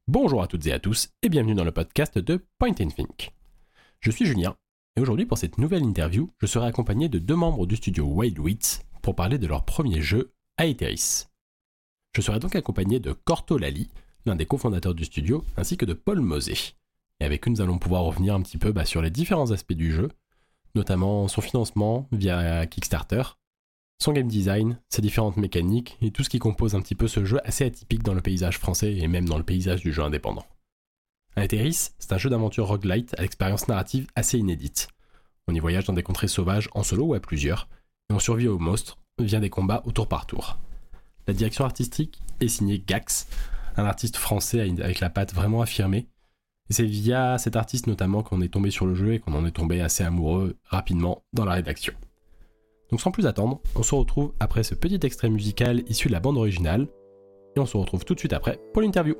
Bonjour à toutes et à tous et bienvenue dans le podcast de Point and Think. Je suis Julien et aujourd'hui pour cette nouvelle interview, je serai accompagné de deux membres du studio Wild Wits pour parler de leur premier jeu, Aetheris. Je serai donc accompagné de Corto Lally, l'un des cofondateurs du studio, ainsi que de Paul Mosé. Et avec eux, nous allons pouvoir revenir un petit peu sur les différents aspects du jeu, notamment son financement via Kickstarter, son game design, ses différentes mécaniques et tout ce qui compose un petit peu ce jeu assez atypique dans le paysage français et même dans le paysage du jeu indépendant. Aetheris, c'est un jeu d'aventure roguelite à l'expérience narrative assez inédite. On y voyage dans des contrées sauvages en solo ou à plusieurs, et on survit aux monstres via des combats au tour par tour. La direction artistique est signée Gax, un artiste français avec la patte vraiment affirmée, et c'est via cet artiste notamment qu'on est tombé sur le jeu et qu'on en est tombé assez amoureux rapidement dans la rédaction. Donc sans plus attendre, on se retrouve après ce petit extrait musical issu de la bande originale, et on se retrouve tout de suite après pour l'interview.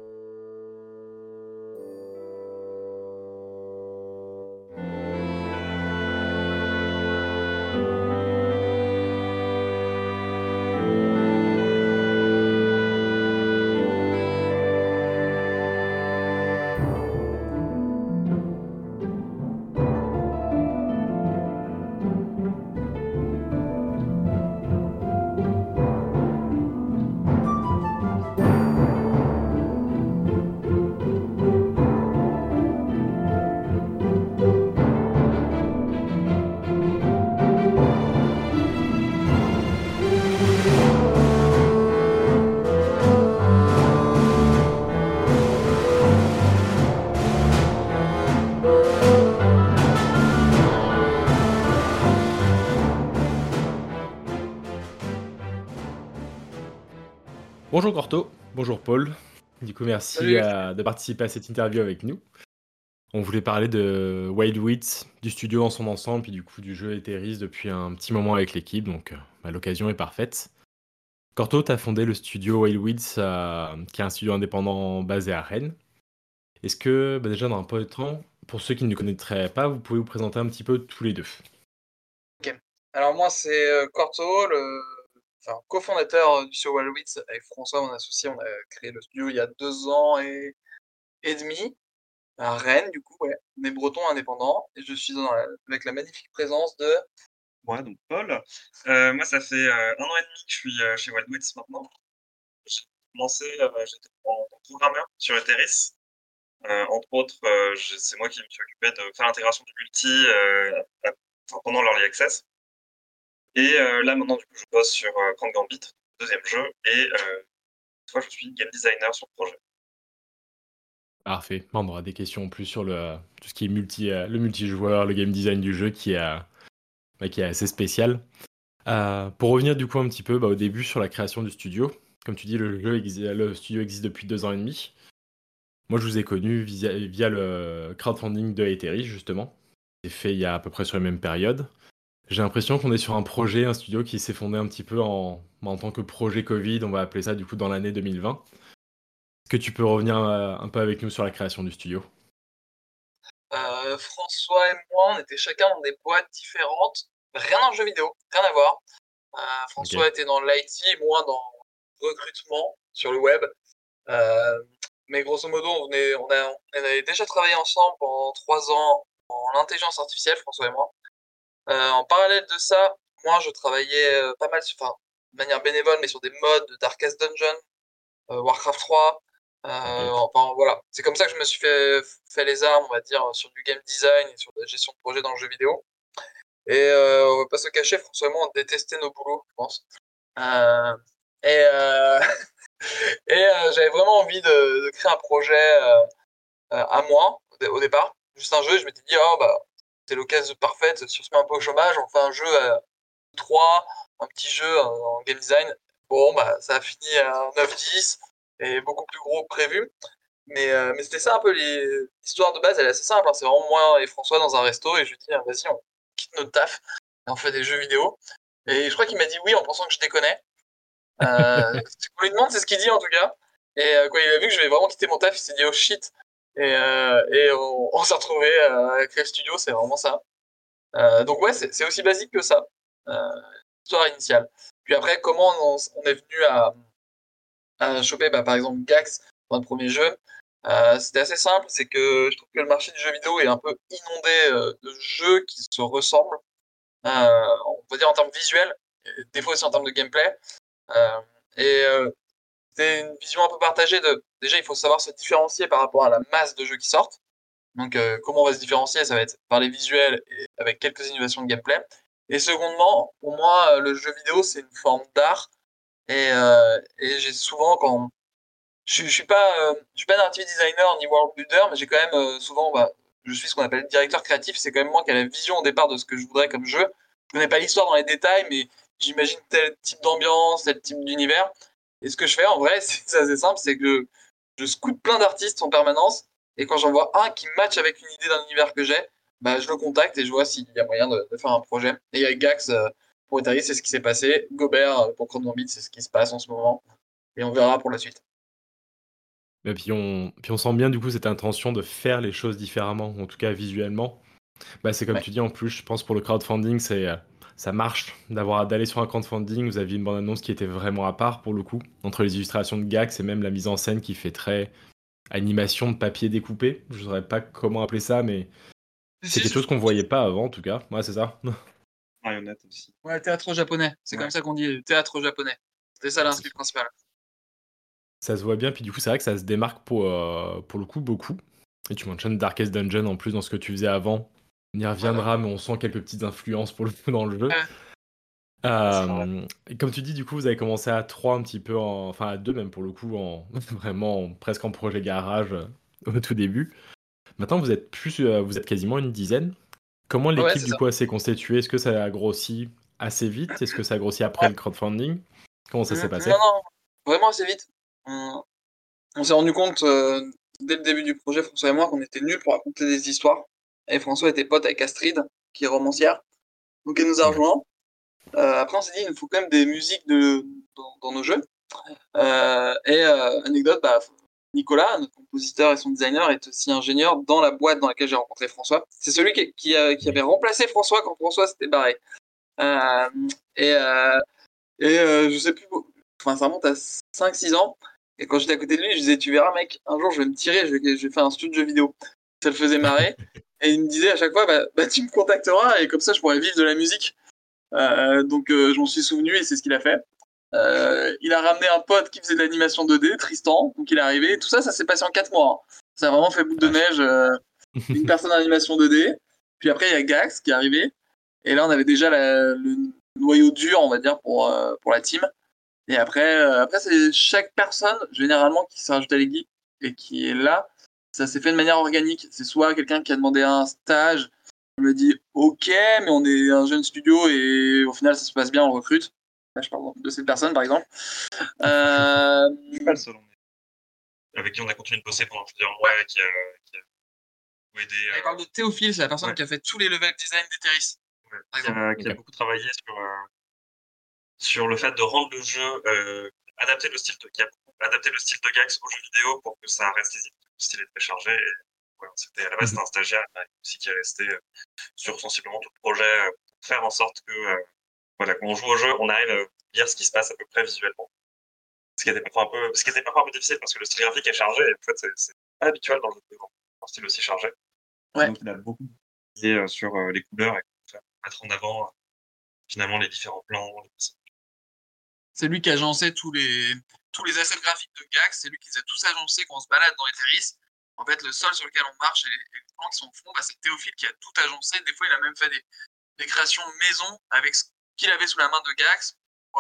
Bonjour Corto, bonjour Paul. Du coup, merci Salut. de participer à cette interview avec nous. On voulait parler de Wild Wits, du studio dans son ensemble, puis du coup du jeu Aetheris depuis un petit moment avec l'équipe, donc l'occasion est parfaite. Corto, tu as fondé le studio Wild Wits, qui est un studio indépendant basé à Rennes. Est-ce que, déjà dans un premier temps, pour ceux qui ne connaîtraient pas, vous pouvez vous présenter un petit peu tous les deux? Ok. Alors moi c'est Corto, cofondateur du studio Wallowitz avec François, mon associé. On a créé le studio il y a 2 ans et demi à Rennes du coup. Ouais. On est breton indépendant et je suis avec la magnifique présence de. Ouais, donc Paul. Moi, ça fait 1 an et demi que je suis chez Wildwits maintenant. J'ai commencé, j'étais en tant que programmeur sur Etheris. Entre autres, c'est moi qui me suis occupé de faire l'intégration du multi pendant l'Early Access. Et là, maintenant, du coup, je bosse sur Grand Gambit, deuxième jeu, et cette fois, je suis game designer sur le projet. Parfait. On aura des questions en plus sur tout ce qui est le multijoueur, le game design du jeu qui est assez spécial. Pour revenir du coup un petit peu au début sur la création du studio, comme tu dis, le studio existe depuis 2 ans et demi. Moi, je vous ai connu via le crowdfunding de Ethereum, justement. C'est fait il y a à peu près sur la même période. J'ai l'impression qu'on est sur un studio qui s'est fondé un petit peu en tant que projet Covid, on va appeler ça du coup dans l'année 2020. Est-ce que tu peux revenir un peu avec nous sur la création du studio? François et moi, on était chacun dans des boîtes différentes, rien dans le jeu vidéo, rien à voir. Ok. François était dans l'IT, moi dans le recrutement sur le web. Euh, mais grosso modo, on avait déjà travaillé ensemble pendant 3 ans en intelligence artificielle, François et moi. En parallèle de ça, moi, je travaillais pas mal, de manière bénévole, mais sur des modes de Darkest Dungeon, Warcraft 3. Ok. Enfin, voilà. C'est comme ça que je me suis fait les armes, on va dire, sur du game design et sur la gestion de projet dans le jeu vidéo. Et on va pas se cacher, François et moi, on détestait nos boulots, je pense. Euh, et j'avais vraiment envie de créer un projet à moi au départ, juste un jeu. Je m'étais dit, oh bah, c'est l'occasion parfaite, si on se met un peu au chômage, on fait un jeu à 3, un petit jeu en game design. Bon, bah, ça a fini à 9-10 et beaucoup plus gros que prévu. Mais c'était ça un peu l'histoire de base, elle est assez simple, hein. C'est vraiment moi et François dans un resto et je lui dis, ah, vas-y, on quitte notre taf et on fait des jeux vidéo. Et je crois qu'il m'a dit oui en pensant que je déconnais. On lui demande, c'est ce qu'il dit en tout cas. Et quand il a vu que je vais vraiment quitter mon taf, il s'est dit oh shit. Et on s'est retrouvé à créer le studio, c'est vraiment ça. Donc ouais, c'est aussi basique que ça, euh, l'histoire initiale. Puis après, comment on est venu à choper par exemple Gax dans le premier jeu. C'était assez simple, c'est que je trouve que le marché du jeu vidéo est un peu inondé de jeux qui se ressemblent, on va dire en termes visuels, et des fois aussi en termes de gameplay. Euh, et c'est une vision un peu partagée de, déjà, il faut savoir se différencier par rapport à la masse de jeux qui sortent. Donc, comment on va se différencier? Ça va être par les visuels et avec quelques innovations de gameplay. Et secondement, pour moi, le jeu vidéo, c'est une forme d'art. Et j'ai souvent, quand je suis pas narrative designer ni world builder, mais j'ai quand même souvent, bah, je suis ce qu'on appelle directeur créatif. C'est quand même moi qui ai la vision au départ de ce que je voudrais comme jeu. Je connais pas l'histoire dans les détails, mais j'imagine tel type d'ambiance, tel type d'univers. Et ce que je fais en vrai, c'est assez simple, c'est que je scoute plein d'artistes en permanence. Et quand j'en vois un qui match avec une idée d'un univers que j'ai, bah, je le contacte et je vois s'il y a moyen de faire un projet. Et avec Gax, pour Etari, c'est ce qui s'est passé. Gobert, pour Chronobeat, c'est ce qui se passe en ce moment. Et on verra pour la suite. Et puis on sent bien du coup cette intention de faire les choses différemment, en tout cas visuellement. Bah, c'est comme Ouais. tu dis, en plus, je pense pour le crowdfunding, ça marche d'aller sur un crowdfunding. Vous aviez une bande-annonce qui était vraiment à part pour le coup, entre les illustrations de Gax et même la mise en scène qui fait très animation de papier découpé. Je ne saurais pas comment appeler ça, mais c'est Si, quelque chose qu'on voyait pas avant en tout cas. Ouais, c'est ça. Marionnette aussi. ouais, théâtre japonais. C'est Ouais. comme ça qu'on dit, théâtre japonais. C'était ça l'inspi principal. Ça se voit bien, puis du coup, c'est vrai que ça se démarque pour le coup beaucoup. Et tu mentionnes Darkest Dungeon en plus dans ce que tu faisais avant. On y Voilà. reviendra, mais on sent quelques petites influences pour le coup dans le jeu. Ouais. C'est vrai. Et comme tu dis, du coup, vous avez commencé à 3 un petit peu, enfin à 2 même pour le coup, vraiment presque en projet garage au tout début. Maintenant, vous êtes quasiment une dizaine. Comment Ouais, l'équipe c'est du ça. coup s'est constituée? Est-ce que ça a grossi assez vite? Est-ce que ça a grossi après Ouais. le crowdfunding? Comment ça s'est Non, passé? non, vraiment assez vite. On s'est rendu compte dès le début du projet, François et moi, qu'on était nuls pour raconter des histoires. Et François était pote avec Astrid, qui est romancière. Donc elle nous a Ouais. rejoints. Après, on s'est dit, il nous faut quand même des musiques dans nos jeux. Anecdote, bah, Nicolas, notre compositeur et son designer, est aussi ingénieur dans la boîte dans laquelle j'ai rencontré François. C'est celui qui avait remplacé François quand François s'était barré. Euh, et je sais plus, enfin, ça remonte à 5 6 ans. Et quand j'étais à côté de lui, je disais, tu verras, mec, un jour je vais me tirer, je vais faire un studio de jeux vidéo. Ça le faisait marrer. Et il me disait à chaque fois, bah, tu me contacteras et comme ça je pourrais vivre de la musique. Donc je m'en suis souvenu et c'est ce qu'il a fait. Il a ramené un pote qui faisait de l'animation 2D, Tristan, donc il est arrivé. Tout ça, ça s'est passé en 4 mois. Hein. Ça a vraiment fait boule de Vache. neige. Une personne en animation 2D. Puis après, il y a Gax qui est arrivé. Et là, on avait déjà le noyau dur, on va dire, pour la team. Et après c'est chaque personne, généralement, qui s'est rajouté à l'équipe et qui est là. Ça s'est fait de manière organique. C'est soit quelqu'un qui a demandé un stage, on me dit ok, mais on est un jeune studio et au final ça se passe bien, on le recrute. Là, je parle de cette personne par exemple. Euh, Je suis pas le seul, avec qui on a continué de bosser pendant plusieurs mois, qui a aidé, il parle de Théophile, c'est la personne ouais. qui a fait tous les level design d'Etheris. Qui a beaucoup travaillé sur le fait de rendre le jeu, qui a adapté le style de Gax au jeu vidéo pour que ça reste lisible. Le style est très chargé. Et, voilà, à la base, c'était un stagiaire aussi qui est resté sur sensiblement tout le projet pour faire en sorte que voilà, quand on joue au jeu, on arrive à lire ce qui se passe à peu près visuellement. Ce qui était parfois un peu difficile parce que le style graphique est chargé et en fait, c'est pas habituel dans le jeu vidéo, un style aussi chargé. Ouais. Donc, il a beaucoup travaillé sur les couleurs et mettre en avant finalement les différents plans. C'est lui qui a agencé tous les assets graphiques de Gax, c'est lui qui les a tous agencés quand on se balade dans Etheris. En fait, le sol sur lequel on marche et les plans qui sont au fond, bah, c'est Théophile qui a tout agencé. Des fois, il a même fait des créations maison avec ce qu'il avait sous la main de Gax.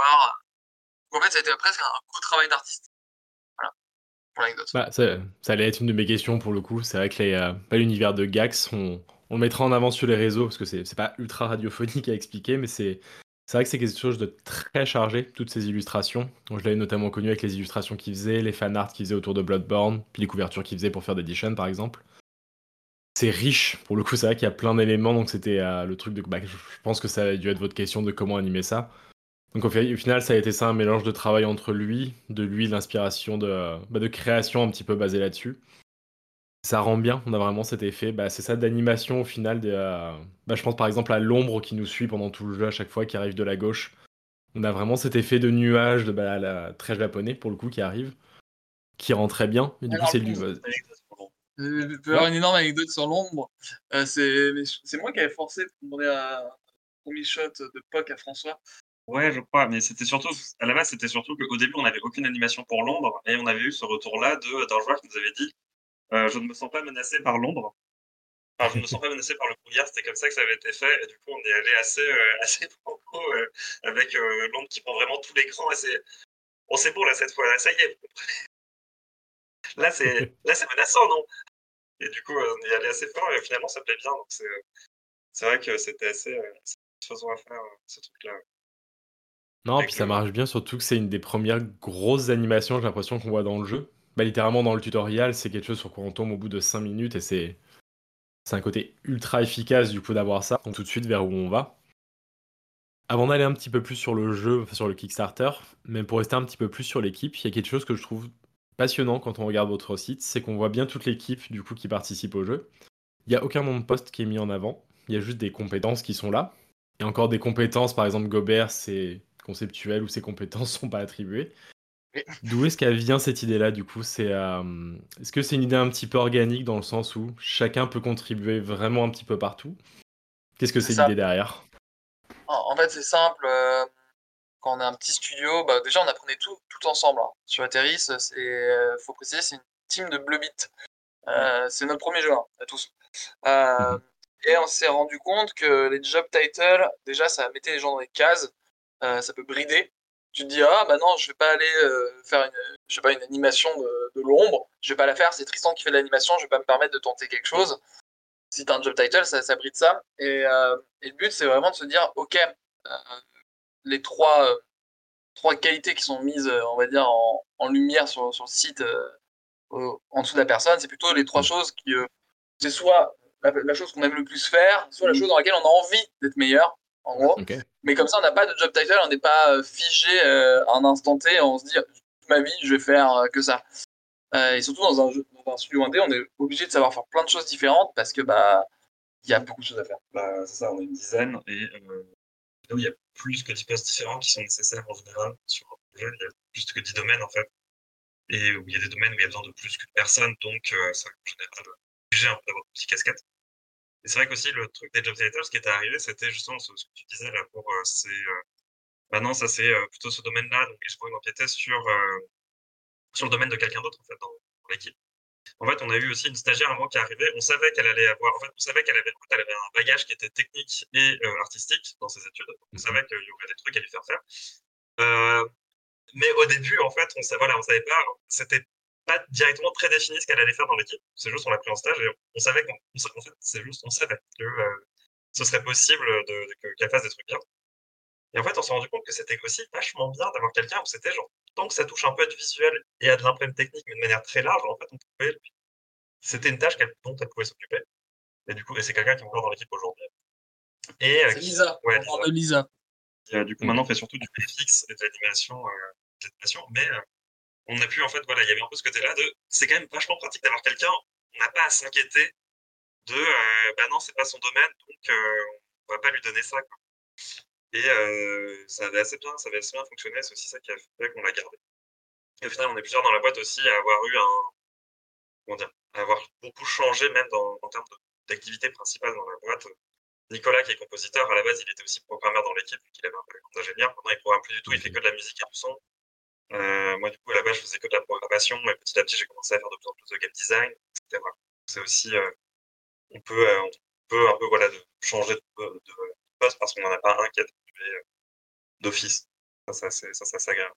En fait, ça a été presque un co-travail d'artiste. Voilà, pour l'anecdote. Bah, ça allait être une de mes questions pour le coup. C'est vrai que l'univers de Gax, on le mettra en avant sur les réseaux parce que c'est pas ultra radiophonique à expliquer, mais c'est vrai que c'est quelque chose de très chargé, toutes ces illustrations. Donc, je l'avais notamment connu avec les illustrations qu'il faisait, les fanarts qu'il faisait autour de Bloodborne, puis les couvertures qu'il faisait pour faire d'Edition par exemple. C'est riche, pour le coup, c'est vrai qu'il y a plein d'éléments, donc c'était le truc de. Bah, je pense que ça a dû être votre question de comment animer ça. Donc au final, ça a été ça, un mélange de travail entre de lui, l'inspiration de création un petit peu basée là-dessus. Ça rend bien, on a vraiment cet effet, bah, c'est ça d'animation au final. Je pense par exemple à l'ombre qui nous suit pendant tout le jeu à chaque fois, qui arrive de la gauche. On a vraiment cet effet de nuage, très japonais pour le coup, qui arrive. qui rend très bien. Et du coup, Alors, c'est lui. Londres, je peux avoir une énorme anecdote sur Londres. C'est moi qui avais forcé pour demander un premier shot de POC à François. Ouais, je crois, mais c'était surtout, à la base, c'était surtout qu'au début, on n'avait aucune animation pour Londres, et on avait eu ce retour-là d'un joueur qui nous avait dit je ne me sens pas menacé par Londres. Enfin, je ne me sens pas menacé par le brouillard, c'était comme ça que ça avait été fait, et du coup, on est allé assez franco avec Londres qui prend vraiment tout l'écran, et c'est bon, là, cette fois, là, ça y est, là, c'est menaçant, non? Et du coup, on est allé assez fort, et finalement, ça plaît bien, donc c'est vrai que c'était assez satisfaisant à faire, ce truc-là. Non, puis Avec ça le... marche bien, surtout que c'est une des premières grosses animations, j'ai l'impression, qu'on voit dans le jeu. Bah, littéralement, dans le tutoriel, c'est quelque chose sur quoi on tombe au bout de 5 minutes et c'est un côté ultra efficace du coup d'avoir ça. Donc tout de suite vers où on va. Avant d'aller un petit peu plus sur le jeu, enfin, sur le Kickstarter, même pour rester un petit peu plus sur l'équipe, il y a quelque chose que je trouve passionnant quand on regarde votre site, c'est qu'on voit bien toute l'équipe du coup qui participe au jeu. Il n'y a aucun nom de poste qui est mis en avant, il y a juste des compétences qui sont là. Et encore des compétences, par exemple Gobert, c'est conceptuel ou ses compétences sont pas attribuées. Mais D'où est-ce qu'elle vient cette idée-là du coup est-ce que c'est une idée un petit peu organique dans le sens où chacun peut contribuer vraiment un petit peu partout? Qu'est-ce que c'est c'est ça. l'idée derrière? En fait, c'est simple. Quand on a un petit studio, bah, déjà, on apprenait tout ensemble, hein. Sur Etheris, faut préciser, c'est une team de Bleu Beat. C'est notre premier jeu, hein, à tous. Euh, Mhm. et on s'est rendu compte que les job titles, déjà, ça mettait les gens dans les cases. Ça peut brider. Tu te dis, ah, bah non, je vais pas aller faire je sais pas, une animation de l'ombre. Je vais pas la faire. C'est Tristan qui fait l'animation. Je vais pas me permettre de tenter quelque chose. Si t'as un job title, ça bride ça. Et le but, c'est vraiment de se dire, ok, les trois qualités qui sont mises, on va dire, en lumière sur le site en dessous de la personne, c'est plutôt les trois Mhm. choses c'est soit la chose qu'on aime le plus faire, soit la chose dans laquelle on a envie d'être meilleur, en gros. Ok. Mais comme ça, on n'a pas de job title, on n'est pas figé à un instant T, on se dit, toute ma vie, je vais faire que ça. Et surtout dans un studio indé, on est obligé de savoir faire plein de choses différentes parce que bah il y a beaucoup de choses à faire. Bah, c'est ça, on est une dizaine, et là où il y a plus que 10 postes différents qui sont nécessaires en général sur un projet, il y a plus que 10 domaines en fait, et où il y a des domaines où il y a besoin de plus qu'une personne, donc c'est en général obligé un peu d'avoir une petite casquette. Et c'est vrai qu'aussi le truc des job titles, ce qui était arrivé, c'était justement ce que tu disais là pour maintenant ça c'est plutôt ce domaine-là, donc je pourrais m'empiéter sur le domaine de quelqu'un d'autre en fait dans l'équipe. En fait, on a eu aussi une stagiaire à moi qui est arrivée. On savait qu'elle allait avoir, en fait, on savait qu'elle avait un bagage qui était technique et artistique dans ses études. On Mhm. savait qu'il y aurait des trucs à lui faire faire. Euh, mais au début, en fait, on savait pas, c'était pas directement très défini ce qu'elle allait faire dans l'équipe. C'est juste, on l'a pris en stage et on savait en fait, c'est juste, on savait que ce serait possible qu'elle fasse des trucs bien. Et en fait, on s'est rendu compte que c'était aussi vachement bien d'avoir quelqu'un où c'était genre, tant que ça touche un peu à du visuel et à de l'imprimé technique, mais de manière très large, en fait, c'était une tâche dont elle pouvait s'occuper. Et du coup, et c'est quelqu'un qui est encore dans l'équipe aujourd'hui. Et C'est Lisa, ouais, on parle Lisa, de Lisa. qui du coup Ok. maintenant fait surtout du VFX et de l'animation, mais on a pu en fait, voilà, il y avait un peu ce côté-là de, c'est quand même vachement pratique d'avoir quelqu'un, on n'a pas à s'inquiéter de, bah non, c'est pas son domaine, donc on va pas lui donner ça, quoi. Et ça avait assez bien fonctionné, c'est aussi ça qui a fait qu'on l'a gardé. Et au final, on est plusieurs dans la boîte aussi à avoir eu comment dire, à avoir beaucoup changé même en termes d'activité principale dans la boîte. Nicolas, qui est compositeur, à la base, il était aussi programmeur dans l'équipe, il avait un peu d'ingénieur. Maintenant, il programme plus du tout, il fait Ok. que de la musique et du son. Moi, du coup, à la base, je faisais que de la programmation, et petit à petit, j'ai commencé à faire de plus en plus de game design, etc. C'est aussi, on peut un peu, voilà, changer de poste parce qu'on n'en a pas un qui a trouvé d'office. Ça, c'est agréable.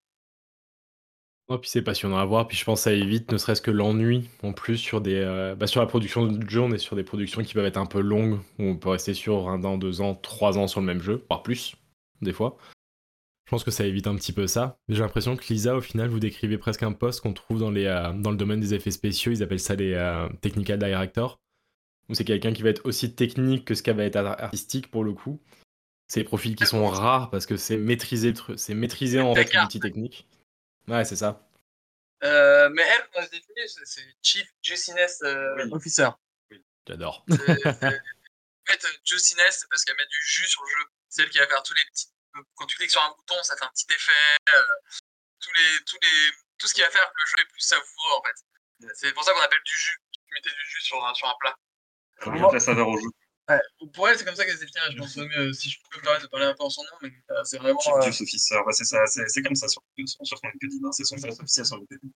Oh, puis c'est passionnant à voir, puis je pense que ça évite ne serait-ce que l'ennui en plus sur sur la production de jeu, on est sur des productions qui peuvent être un peu longues, où on peut rester sur 1 an, 2 ans, 3 ans sur le même jeu, voire plus, des fois. Je pense que ça évite un petit peu ça. J'ai l'impression que Lisa, au final, vous décrivez presque un poste qu'on trouve dans le domaine des effets spéciaux, ils appellent ça les technical directors, où c'est quelqu'un qui va être aussi technique que ce qu'elle va être artistique pour le coup. C'est des profils qui sont Exactement. rares parce que c'est maîtriser C'est en ta fait carte. l'outil technique. Ouais, c'est ça. Mais elle, quand elle se définit, c'est Chief Juiciness Oui, Officer. oui. J'adore. En fait, juiciness, c'est parce qu'elle met du jus sur le jeu. C'est elle qui va faire tous les petits. Quand tu cliques sur un bouton, ça fait un petit effet. Tous les tout ce qui va faire que le jeu est plus savoureux en fait. C'est pour ça qu'on appelle du jus. Tu mettais du jus sur un plat. Ça rajoute la saveur au jeu. Ouais. Pour elle, c'est comme ça qu'elle s'est définit. Je pense que si je peux me permettre de parler un peu en son nom, mais c'est vraiment. Juice Officer, c'est ça, c'est comme ça sur son LinkedIn, hein, c'est son face officiel sur LinkedIn.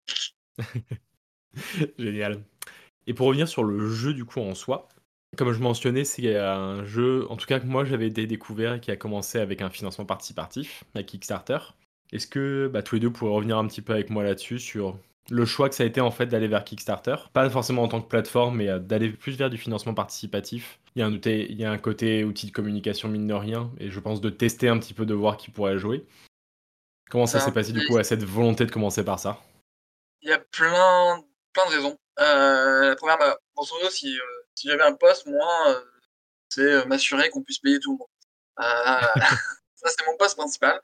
Génial. Et pour revenir sur le jeu du coup en soi, comme je mentionnais, c'est un jeu, en tout cas que moi j'avais découvert et qui a commencé avec un financement participatif, la Kickstarter. Est-ce que tous les deux pourraient revenir un petit peu avec moi là-dessus sur le choix que ça a été en fait d'aller vers Kickstarter, pas forcément en tant que plateforme, mais d'aller plus vers du financement participatif. Il y a un côté outil de communication mine de rien, et je pense de tester un petit peu, de voir qui pourrait jouer. Comment ça s'est passé du coup à cette volonté de commencer par ça? Il y a plein de raisons. La première, grosso modo, si j'avais un poste, moi, c'est m'assurer qu'on puisse payer tout le monde. Ça, c'est mon poste principal.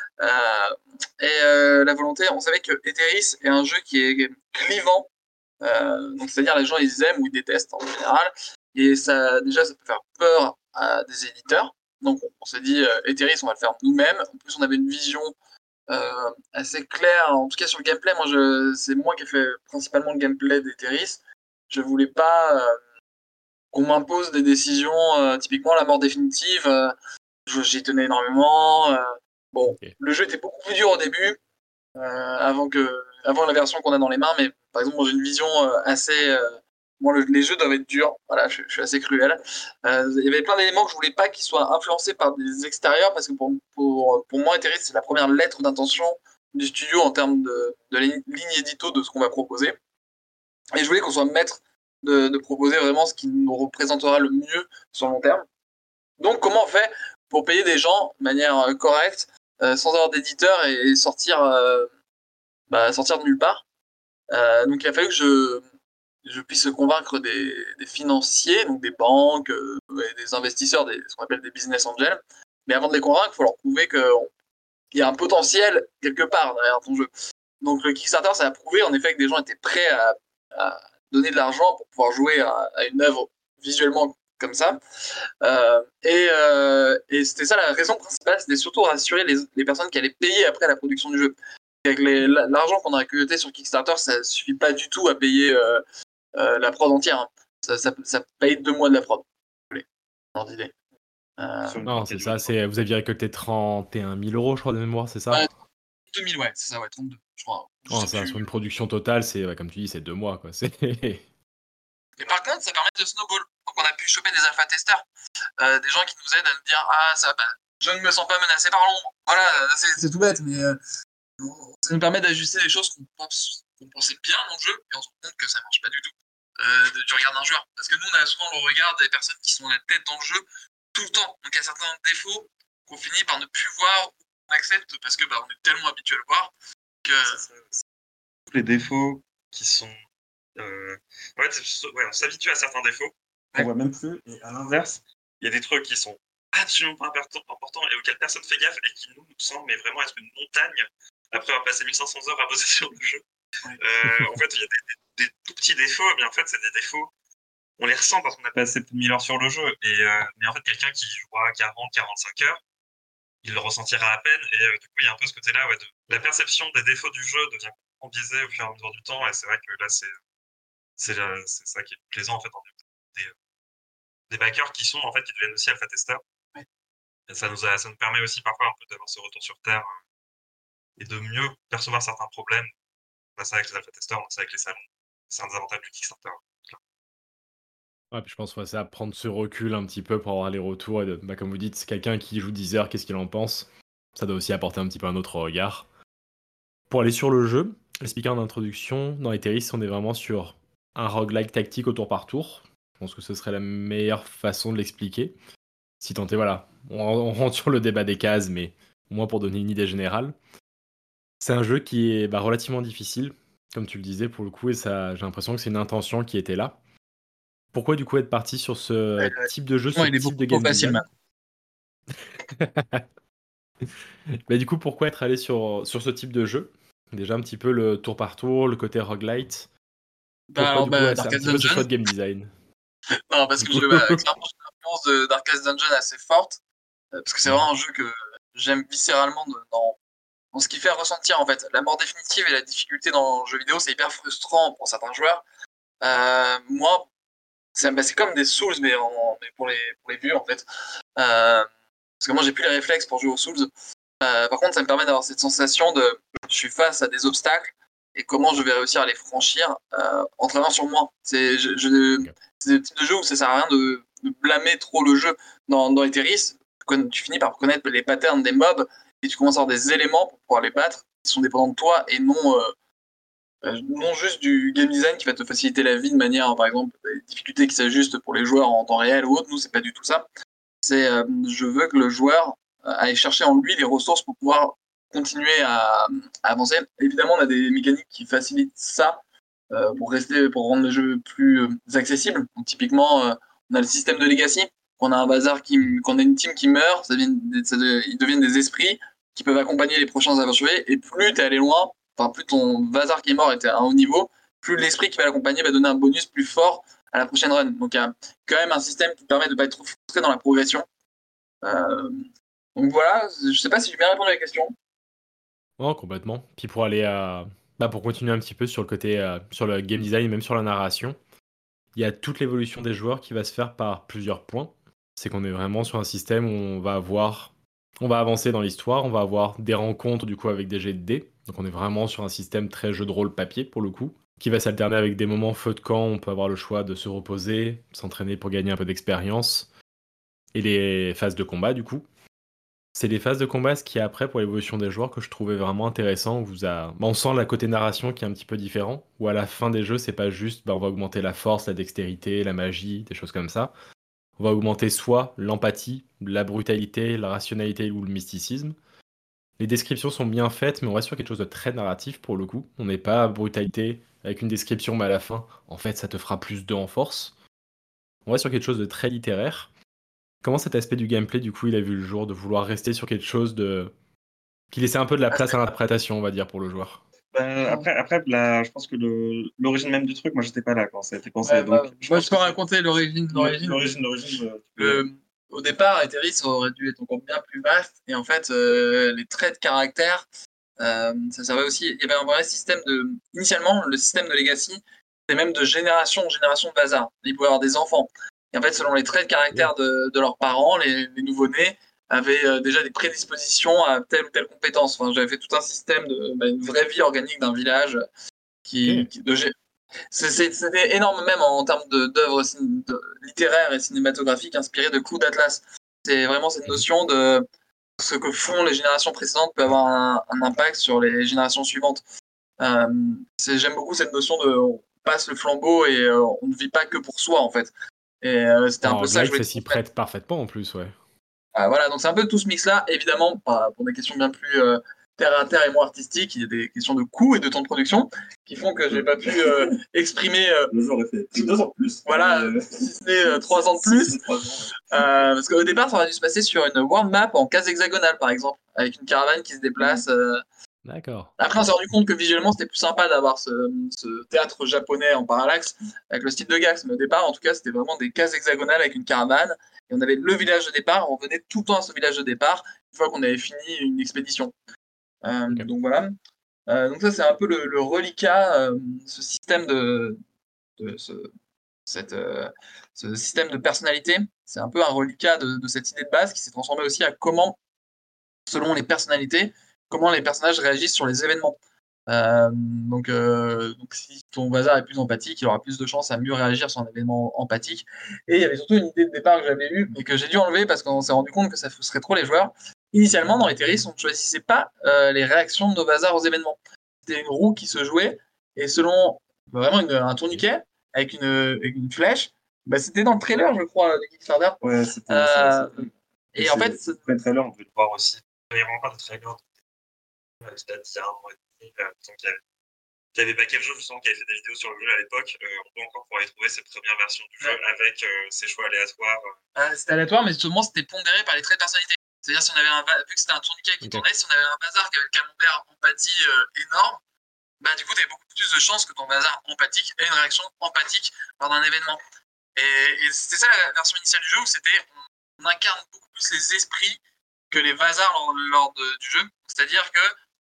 La volonté, on savait que Etheris est un jeu qui est clivant. Donc, c'est-à-dire les gens, ils aiment ou ils détestent en général. Et ça, déjà, ça peut faire peur à des éditeurs. Donc, on s'est dit, Etheris, on va le faire nous-mêmes. En plus, on avait une vision assez clair, en tout cas sur le gameplay. C'est moi qui ai fait principalement le gameplay d'Etheris. Je voulais pas qu'on m'impose des décisions, typiquement la mort définitive. J'y tenais énormément. Ok. Le jeu était beaucoup plus dur au début, avant la version qu'on a dans les mains, mais par exemple, j'ai une vision assez. Les jeux doivent être durs. Voilà, je suis assez cruel. Il y avait plein d'éléments que je voulais pas qu'ils soient influencés par des extérieurs, parce que pour moi, Etheris, c'est la première lettre d'intention du studio en termes de ligne édito de ce qu'on va proposer. Et je voulais qu'on soit maître de proposer vraiment ce qui nous représentera le mieux sur le long terme. Donc, comment on fait pour payer des gens de manière correcte, sans avoir d'éditeur et sortir de nulle part? Donc, il a fallu que je puisse convaincre des financiers, donc des banques, et des investisseurs, ce qu'on appelle des business angels. Mais avant de les convaincre, il faut leur prouver qu'il y a un potentiel quelque part derrière ton jeu. Donc le Kickstarter, ça a prouvé en effet que des gens étaient prêts à donner de l'argent pour pouvoir jouer à une œuvre visuellement comme ça. Et c'était ça la raison principale, c'était surtout rassurer les personnes qui allaient payer après la production du jeu. Avec l'argent qu'on a récolté sur Kickstarter, ça suffit pas du tout à payer la prod entière. Hein. Ça paye 2 mois de la prod. Ordre d'idée. Non, c'est ça, vous aviez récolté 31 000 euros, je crois, de mémoire, c'est ça? Ouais, 2000, ouais, c'est ça, ouais, 32, je crois. Oh, ça, sur une production totale, c'est comme tu dis, c'est 2 mois, quoi. Mais par contre, ça permet de snowball. Donc on a pu choper des alpha-testeurs, des gens qui nous aident à nous dire je ne me sens pas menacé par l'ombre. Voilà, c'est tout bête, mais ça nous permet d'ajuster des choses qu'on pensait bien dans le jeu, et on se rend compte que ça marche pas du tout du regard d'un joueur. Parce que nous, on a souvent le regard des personnes qui sont la tête dans le jeu tout le temps. Donc il y a certains défauts qu'on finit par ne plus voir, ou qu'on accepte parce que on est tellement habitué à le voir que. Tous les défauts qui sont. On s'habitue à certains défauts, on voit même plus, et à l'inverse, il y a des trucs qui sont absolument pas importants et auxquels personne fait gaffe et qui nous semblent mais vraiment être une montagne après avoir passé 1500 heures à bosser sur le jeu. En fait, il y a des tout petits défauts, mais en fait, c'est des défauts, on les ressent parce qu'on a passé plus de 1000 heures sur le jeu. Mais en fait, quelqu'un qui jouera 40-45 heures, il le ressentira à peine. Et du coup, il y a un peu ce côté-là, la perception des défauts du jeu devient biaisée au fur et à mesure du temps. Et c'est vrai que là, c'est ça qui est plaisant, en fait, des backers qui deviennent aussi alpha-testeurs. Ouais. Et ça nous permet aussi parfois un peu d'avoir ce retour sur terre et de mieux percevoir certains problèmes. Là, c'est avec les alpha-testeurs, c'est avec les salons. C'est un des avantages du Kickstarter. Ouais, puis je pense c'est à prendre ce recul un petit peu pour avoir les retours. Et comme vous dites, c'est quelqu'un qui joue 10 heures, qu'est-ce qu'il en pense? Ça doit aussi apporter un petit peu un autre regard. Pour aller sur le jeu, l'expliquer en introduction, dans Etheris, on est vraiment sur un roguelike tactique au tour par tour. Je pense que ce serait la meilleure façon de l'expliquer. Si tant est, voilà, on rentre sur le débat des cases, mais au moins pour donner une idée générale. C'est un jeu qui est relativement difficile, comme tu le disais pour le coup, et ça, j'ai l'impression que c'est une intention qui était là. Pourquoi du coup être parti sur ce type de jeu, ce type de game design? Du coup, pourquoi être allé sur ce type de jeu? Déjà un petit peu le tour par tour, le côté roguelite. Pourquoi du coup c'est un petit peu ce choix de game design? Non, parce que clairement j'ai une influence Darkest Dungeon assez forte, parce que c'est vraiment un jeu que j'aime viscéralement ce qui fait ressentir en fait. La mort définitive et la difficulté dans le jeu vidéo, c'est hyper frustrant pour certains joueurs. Moi, c'est comme des Souls, mais pour les vieux en fait. Parce que moi, j'ai plus les réflexes pour jouer aux Souls. Par contre, ça me permet d'avoir cette sensation de je suis face à des obstacles et comment je vais réussir à les franchir en travaillant sur moi. C'est le type de jeu où ça sert à rien de blâmer trop le jeu. Dans Etheris, tu finis par connaître les patterns des mobs et tu commences à avoir des éléments pour pouvoir les battre qui sont dépendants de toi et non juste du game design qui va te faciliter la vie de manière, par exemple, des difficultés qui s'ajustent pour les joueurs en temps réel ou autre. Nous, c'est pas du tout ça. Je veux que le joueur aille chercher en lui les ressources pour pouvoir continuer à avancer. Évidemment, on a des mécaniques qui facilitent ça pour rendre le jeu plus accessible. Donc, typiquement, on a le système de legacy. Quand on a un bazar quand on a une team qui meurt, ils deviennent des esprits qui peuvent accompagner les prochains aventuriers. Et plus tu es allé loin, enfin plus ton bazar qui est mort était à un haut niveau, plus l'esprit qui va l'accompagner va donner un bonus plus fort à la prochaine run. Donc il y a quand même un système qui permet de ne pas être trop frustré dans la progression. Donc voilà, je sais pas si j'ai bien répondu à la question. Oh, complètement. Puis pour aller pour continuer un petit peu sur le côté, sur le game design et même sur la narration, il y a toute l'évolution des joueurs qui va se faire par plusieurs points. C'est qu'on est vraiment sur un système où on va avancer dans l'histoire, on va avoir des rencontres du coup avec des jets de dés. Donc on est vraiment sur un système très jeu de rôle papier pour le coup, qui va s'alterner avec des moments feu de camp, on peut avoir le choix de se reposer, s'entraîner pour gagner un peu d'expérience, et les phases de combat du coup. C'est les phases de combat, ce qui est après pour l'évolution des joueurs que je trouvais vraiment intéressant. On sent le côté narration qui est un petit peu différent, où à la fin des jeux, c'est pas juste on va augmenter la force, la dextérité, la magie, des choses comme ça. On va augmenter soit l'empathie, la brutalité, la rationalité ou le mysticisme. Les descriptions sont bien faites, mais on reste sur quelque chose de très narratif pour le coup. On n'est pas à brutalité avec une description, mais à la fin, en fait, ça te fera plus 2 en force. On reste sur quelque chose de très littéraire. Comment cet aspect du gameplay, du coup, il a vu le jour de vouloir rester sur quelque chose qui laissait un peu de la place à l'interprétation, on va dire, pour le joueur? Après je pense que l'origine même du truc, moi, j'étais pas là quand ça a été pensé. Ouais, Donc, moi, je peux raconter l'origine. Au départ, Etheris aurait dû être encore bien plus vaste. Et en fait, les traits de caractère, ça servait aussi. Il y avait un vrai système de. Initialement, le système de Legacy, c'était même de génération en génération de bazar. Ils pouvaient avoir des enfants. Et en fait, selon les traits de caractère de leurs parents, les nouveau-nés avaient déjà des prédispositions à telle ou telle compétence. Enfin, j'avais fait tout un système une vraie vie organique d'un village Ok. c'était énorme même en termes d'œuvres littéraires et cinématographiques inspirées de Clou d'Atlas. C'est vraiment cette notion de ce que font les générations précédentes peut avoir un impact sur les générations suivantes. J'aime beaucoup cette notion de on passe le flambeau et on ne vit pas que pour soi en fait. Et c'était un peu ça que je Roguelike, voulais ça s'y transmettre. prête parfaitement en plus, ouais. Voilà, donc c'est un peu tout ce mix-là, évidemment, pour des questions bien plus terre à terre et moins artistiques, il y a des questions de coût et de temps de production qui font que j'ai pas pu exprimer. Le jour aurait fait 2 ans de plus. Voilà, si ce n'est 3 ans de plus. Parce qu'au départ, ça aurait dû se passer sur une world map en case hexagonale, par exemple, avec une caravane qui se déplace. D'accord. Après, on s'est rendu compte que visuellement, c'était plus sympa d'avoir ce théâtre japonais en parallaxe avec le style de Gax. Mais au départ, en tout cas, c'était vraiment des cases hexagonales avec une caravane. Et on avait le village de départ. On venait tout le temps à ce village de départ une fois qu'on avait fini une expédition. Ok. Donc voilà. Donc ça, c'est un peu le reliquat, ce système de ce système de personnalité. C'est un peu un reliquat de cette idée de base qui s'est transformé aussi à comment, selon les personnalités, comment les personnages réagissent sur les événements. Donc, si ton bazar est plus empathique, il aura plus de chances à mieux réagir sur un événement empathique. Et il y avait surtout une idée de départ que j'avais eue, mais que j'ai dû enlever parce qu'on s'est rendu compte que ça frustrait trop les joueurs. Initialement, dans les Terris, on ne choisissait pas les réactions de nos bazars aux événements. C'était une roue qui se jouait, et selon vraiment un tourniquet avec une flèche, c'était dans le trailer, je crois, de Kickstarter. Ouais, c'était. Et en fait, Après le trailer, on peut le voir aussi. Il y avait encore des trailers qui datent il y a un an et demi, qui avait backé le jeu, justement, qui avait fait des vidéos sur le jeu à l'époque. On peut encore pouvoir y trouver ses premières versions du jeu avec ses choix aléatoires. C'était aléatoire, mais justement, c'était pondéré par les traits de personnalité. C'est-à-dire, si on avait vu que c'était un tourniquet qui tournait, si on avait un bazar qui avait le camembert empathie énorme, du coup, tu avais beaucoup plus de chances que ton bazar empathique ait une réaction empathique lors d'un événement. Et c'était ça la version initiale du jeu, où on incarne beaucoup plus les esprits que les bazars lors du jeu. C'est-à-dire que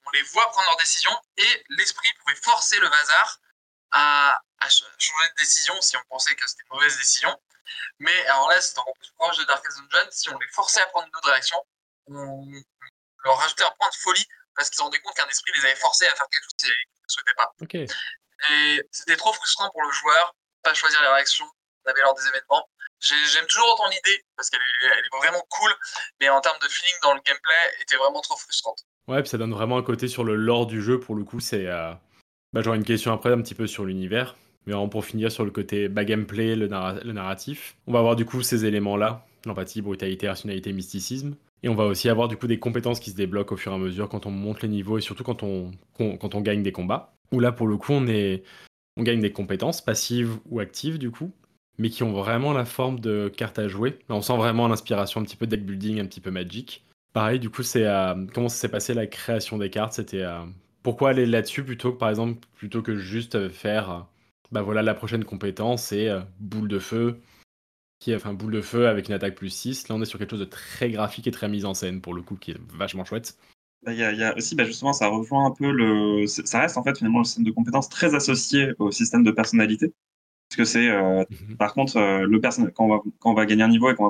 on les voit prendre leurs décisions et l'esprit pouvait forcer le Vazar à changer de décision si on pensait que c'était une mauvaise décision. Mais alors là, c'est encore plus proche de Darkest Dungeon. Si on les forçait à prendre une autre direction, on leur rajoutait un point de folie parce qu'ils se rendaient compte qu'un esprit les avait forcés à faire quelque chose qu'ils ne souhaitaient pas. Ok. Et c'était trop frustrant pour le joueur, pas choisir les réactions qu'on avait lors des événements. J'aime toujours autant l'idée parce qu'elle est vraiment cool, mais en termes de feeling dans le gameplay, elle était vraiment trop frustrante. Ouais, puis ça donne vraiment un côté sur le lore du jeu, pour le coup, c'est... j'aurais une question après un petit peu sur l'univers, mais vraiment pour finir sur le côté gameplay, le narratif. On va avoir du coup ces éléments-là, l'empathie, brutalité, rationalité, mysticisme. Et on va aussi avoir du coup des compétences qui se débloquent au fur et à mesure quand on monte les niveaux et surtout quand on gagne des combats. Où là, pour le coup, on gagne des compétences passives ou actives du coup, mais qui ont vraiment la forme de cartes à jouer. Là, on sent vraiment l'inspiration un petit peu deck building, un petit peu Magic. Pareil, du coup, c'est comment ça s'est passé la création des cartes. C'était pourquoi aller là-dessus plutôt que juste faire bah voilà la prochaine compétence, c'est boule de feu boule de feu avec une attaque +6. Là, on est sur quelque chose de très graphique et très mise en scène pour le coup, qui est vachement chouette. Il y a aussi, justement, ça rejoint un peu ça reste en fait finalement le système de compétences très associé au système de personnalité. Parce que c'est, par contre, quand on va gagner un niveau et qu'on va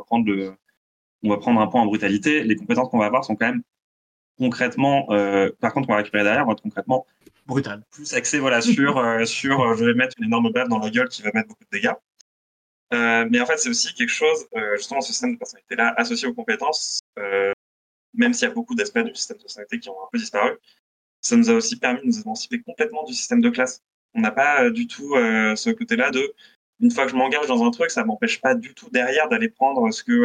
on va prendre un point en brutalité, les compétences qu'on va avoir sont quand même concrètement, par contre, qu'on va récupérer derrière, vont être concrètement brutales. Plus axé, voilà, sur je vais mettre une énorme baffe dans la gueule qui va mettre beaucoup de dégâts. Mais en fait, c'est aussi quelque chose, justement, ce système de personnalité-là, associé aux compétences, même s'il y a beaucoup d'aspects du système de personnalité qui ont un peu disparu, ça nous a aussi permis de nous émanciper complètement du système de classe. On n'a pas du tout ce côté-là de, une fois que je m'engage dans un truc, ça m'empêche pas du tout derrière d'aller prendre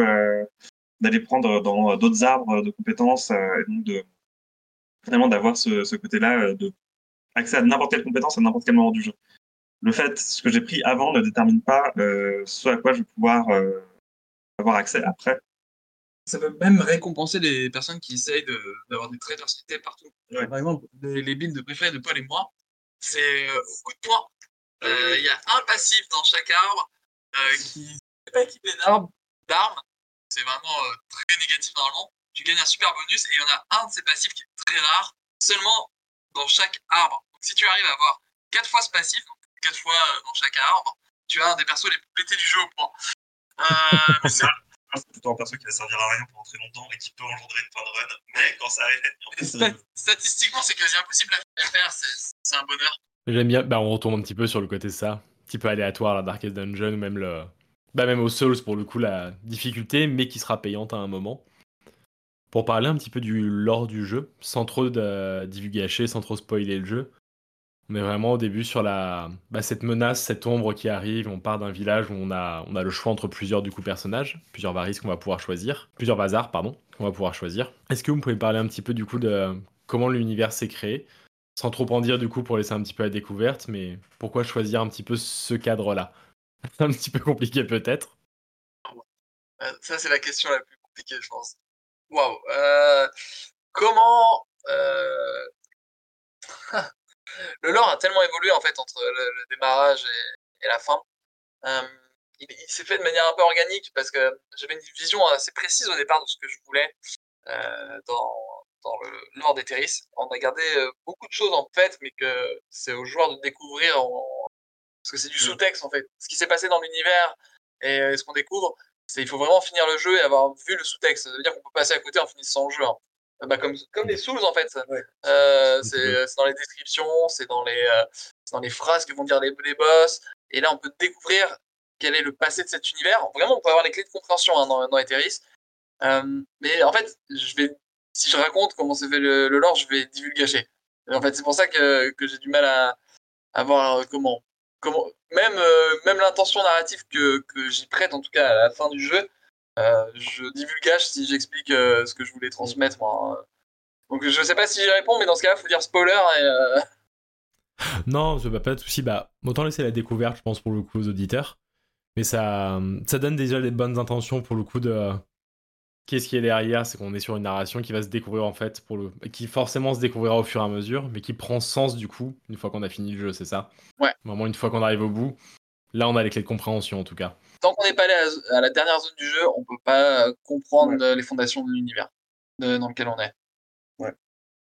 d'aller prendre dans d'autres arbres de compétences, et donc finalement d'avoir ce côté-là de accès à n'importe quelle compétence à n'importe quel moment du jeu. Le fait, ce que j'ai pris avant ne détermine pas ce à quoi je vais pouvoir avoir accès après. Ça peut même récompenser les personnes qui essayent d'avoir des traits de personnalité partout. Ouais. Par exemple, les builds préférés de Paul et moi, c'est au coup de poing. Il y a un passif dans chaque arbre qui n'est pas équipé d'armes. C'est vraiment très négatif normalement. Tu gagnes un super bonus et il y en a un de ces passifs qui est très rare, seulement dans chaque arbre. Donc si tu arrives à avoir 4 fois ce passif, donc 4 fois dans chaque arbre, tu as un des persos les plus pétés du jeu au point. C'est plutôt un perso qui va servir à rien pendant très longtemps et qui peut engendrer une fin de run, mais quand ça arrive, statistiquement, c'est quasi impossible à faire, c'est un bonheur. J'aime bien, on retourne un petit peu sur le côté de ça, un petit peu aléatoire, la Darkest Dungeon, ou même même au Souls pour le coup, la difficulté, mais qui sera payante à un moment. Pour parler un petit peu du lore du jeu, sans trop divulgacher, sans trop spoiler le jeu, on est vraiment au début sur cette menace, cette ombre qui arrive. On part d'un village où on a le choix entre plusieurs personnages, plusieurs Varys qu'on va pouvoir choisir, plusieurs Vazars, pardon, qu'on va pouvoir choisir. Est-ce que vous pouvez parler un petit peu du coup de comment l'univers s'est créé, sans trop en dire du coup pour laisser un petit peu la découverte, mais pourquoi choisir un petit peu ce cadre-là? C'est un petit peu compliqué peut-être. Ça, c'est la question la plus compliquée, je pense. Waouh. Comment le lore a tellement évolué en fait entre le démarrage et la fin. Il s'est fait de manière un peu organique parce que j'avais une vision assez précise au départ de ce que je voulais dans le lore d'Etheris. On a gardé beaucoup de choses en fait, mais que c'est aux joueurs de découvrir parce que c'est du sous-texte en fait. Ce qui s'est passé dans l'univers et ce qu'on découvre, il faut vraiment finir le jeu et avoir vu le sous-texte. Ça veut dire qu'on peut passer à côté en finissant le jeu. Hein. Comme les Souls en fait. Ouais. C'est dans les descriptions, c'est dans les phrases que vont dire les boss. Et là, on peut découvrir quel est le passé de cet univers. Vraiment, on peut avoir les clés de compréhension hein, dans Etheris. Mais en fait, si je raconte comment s'est fait le lore, je vais divulgacher. En fait, c'est pour ça que j'ai du mal à voir comment même l'intention narrative que j'y prête, en tout cas à la fin du jeu, je divulgage si j'explique ce que je voulais transmettre moi. Hein. Donc je sais pas si j'y réponds, mais dans ce cas-là, faut dire spoiler et Non, pas de souci. Autant laisser la découverte, je pense, pour le coup, aux auditeurs. Mais ça donne déjà les bonnes intentions pour le coup de qu'est-ce qui est derrière. C'est qu'on est sur une narration qui va se découvrir en fait, qui forcément se découvrira au fur et à mesure, mais qui prend sens du coup une fois qu'on a fini le jeu, c'est ça? Ouais. Vraiment, une fois qu'on arrive au bout, là on a les clés de compréhension en tout cas. Tant qu'on n'est pas allé à la dernière zone du jeu, on peut pas comprendre les fondations de l'univers dans lequel on est. Ouais.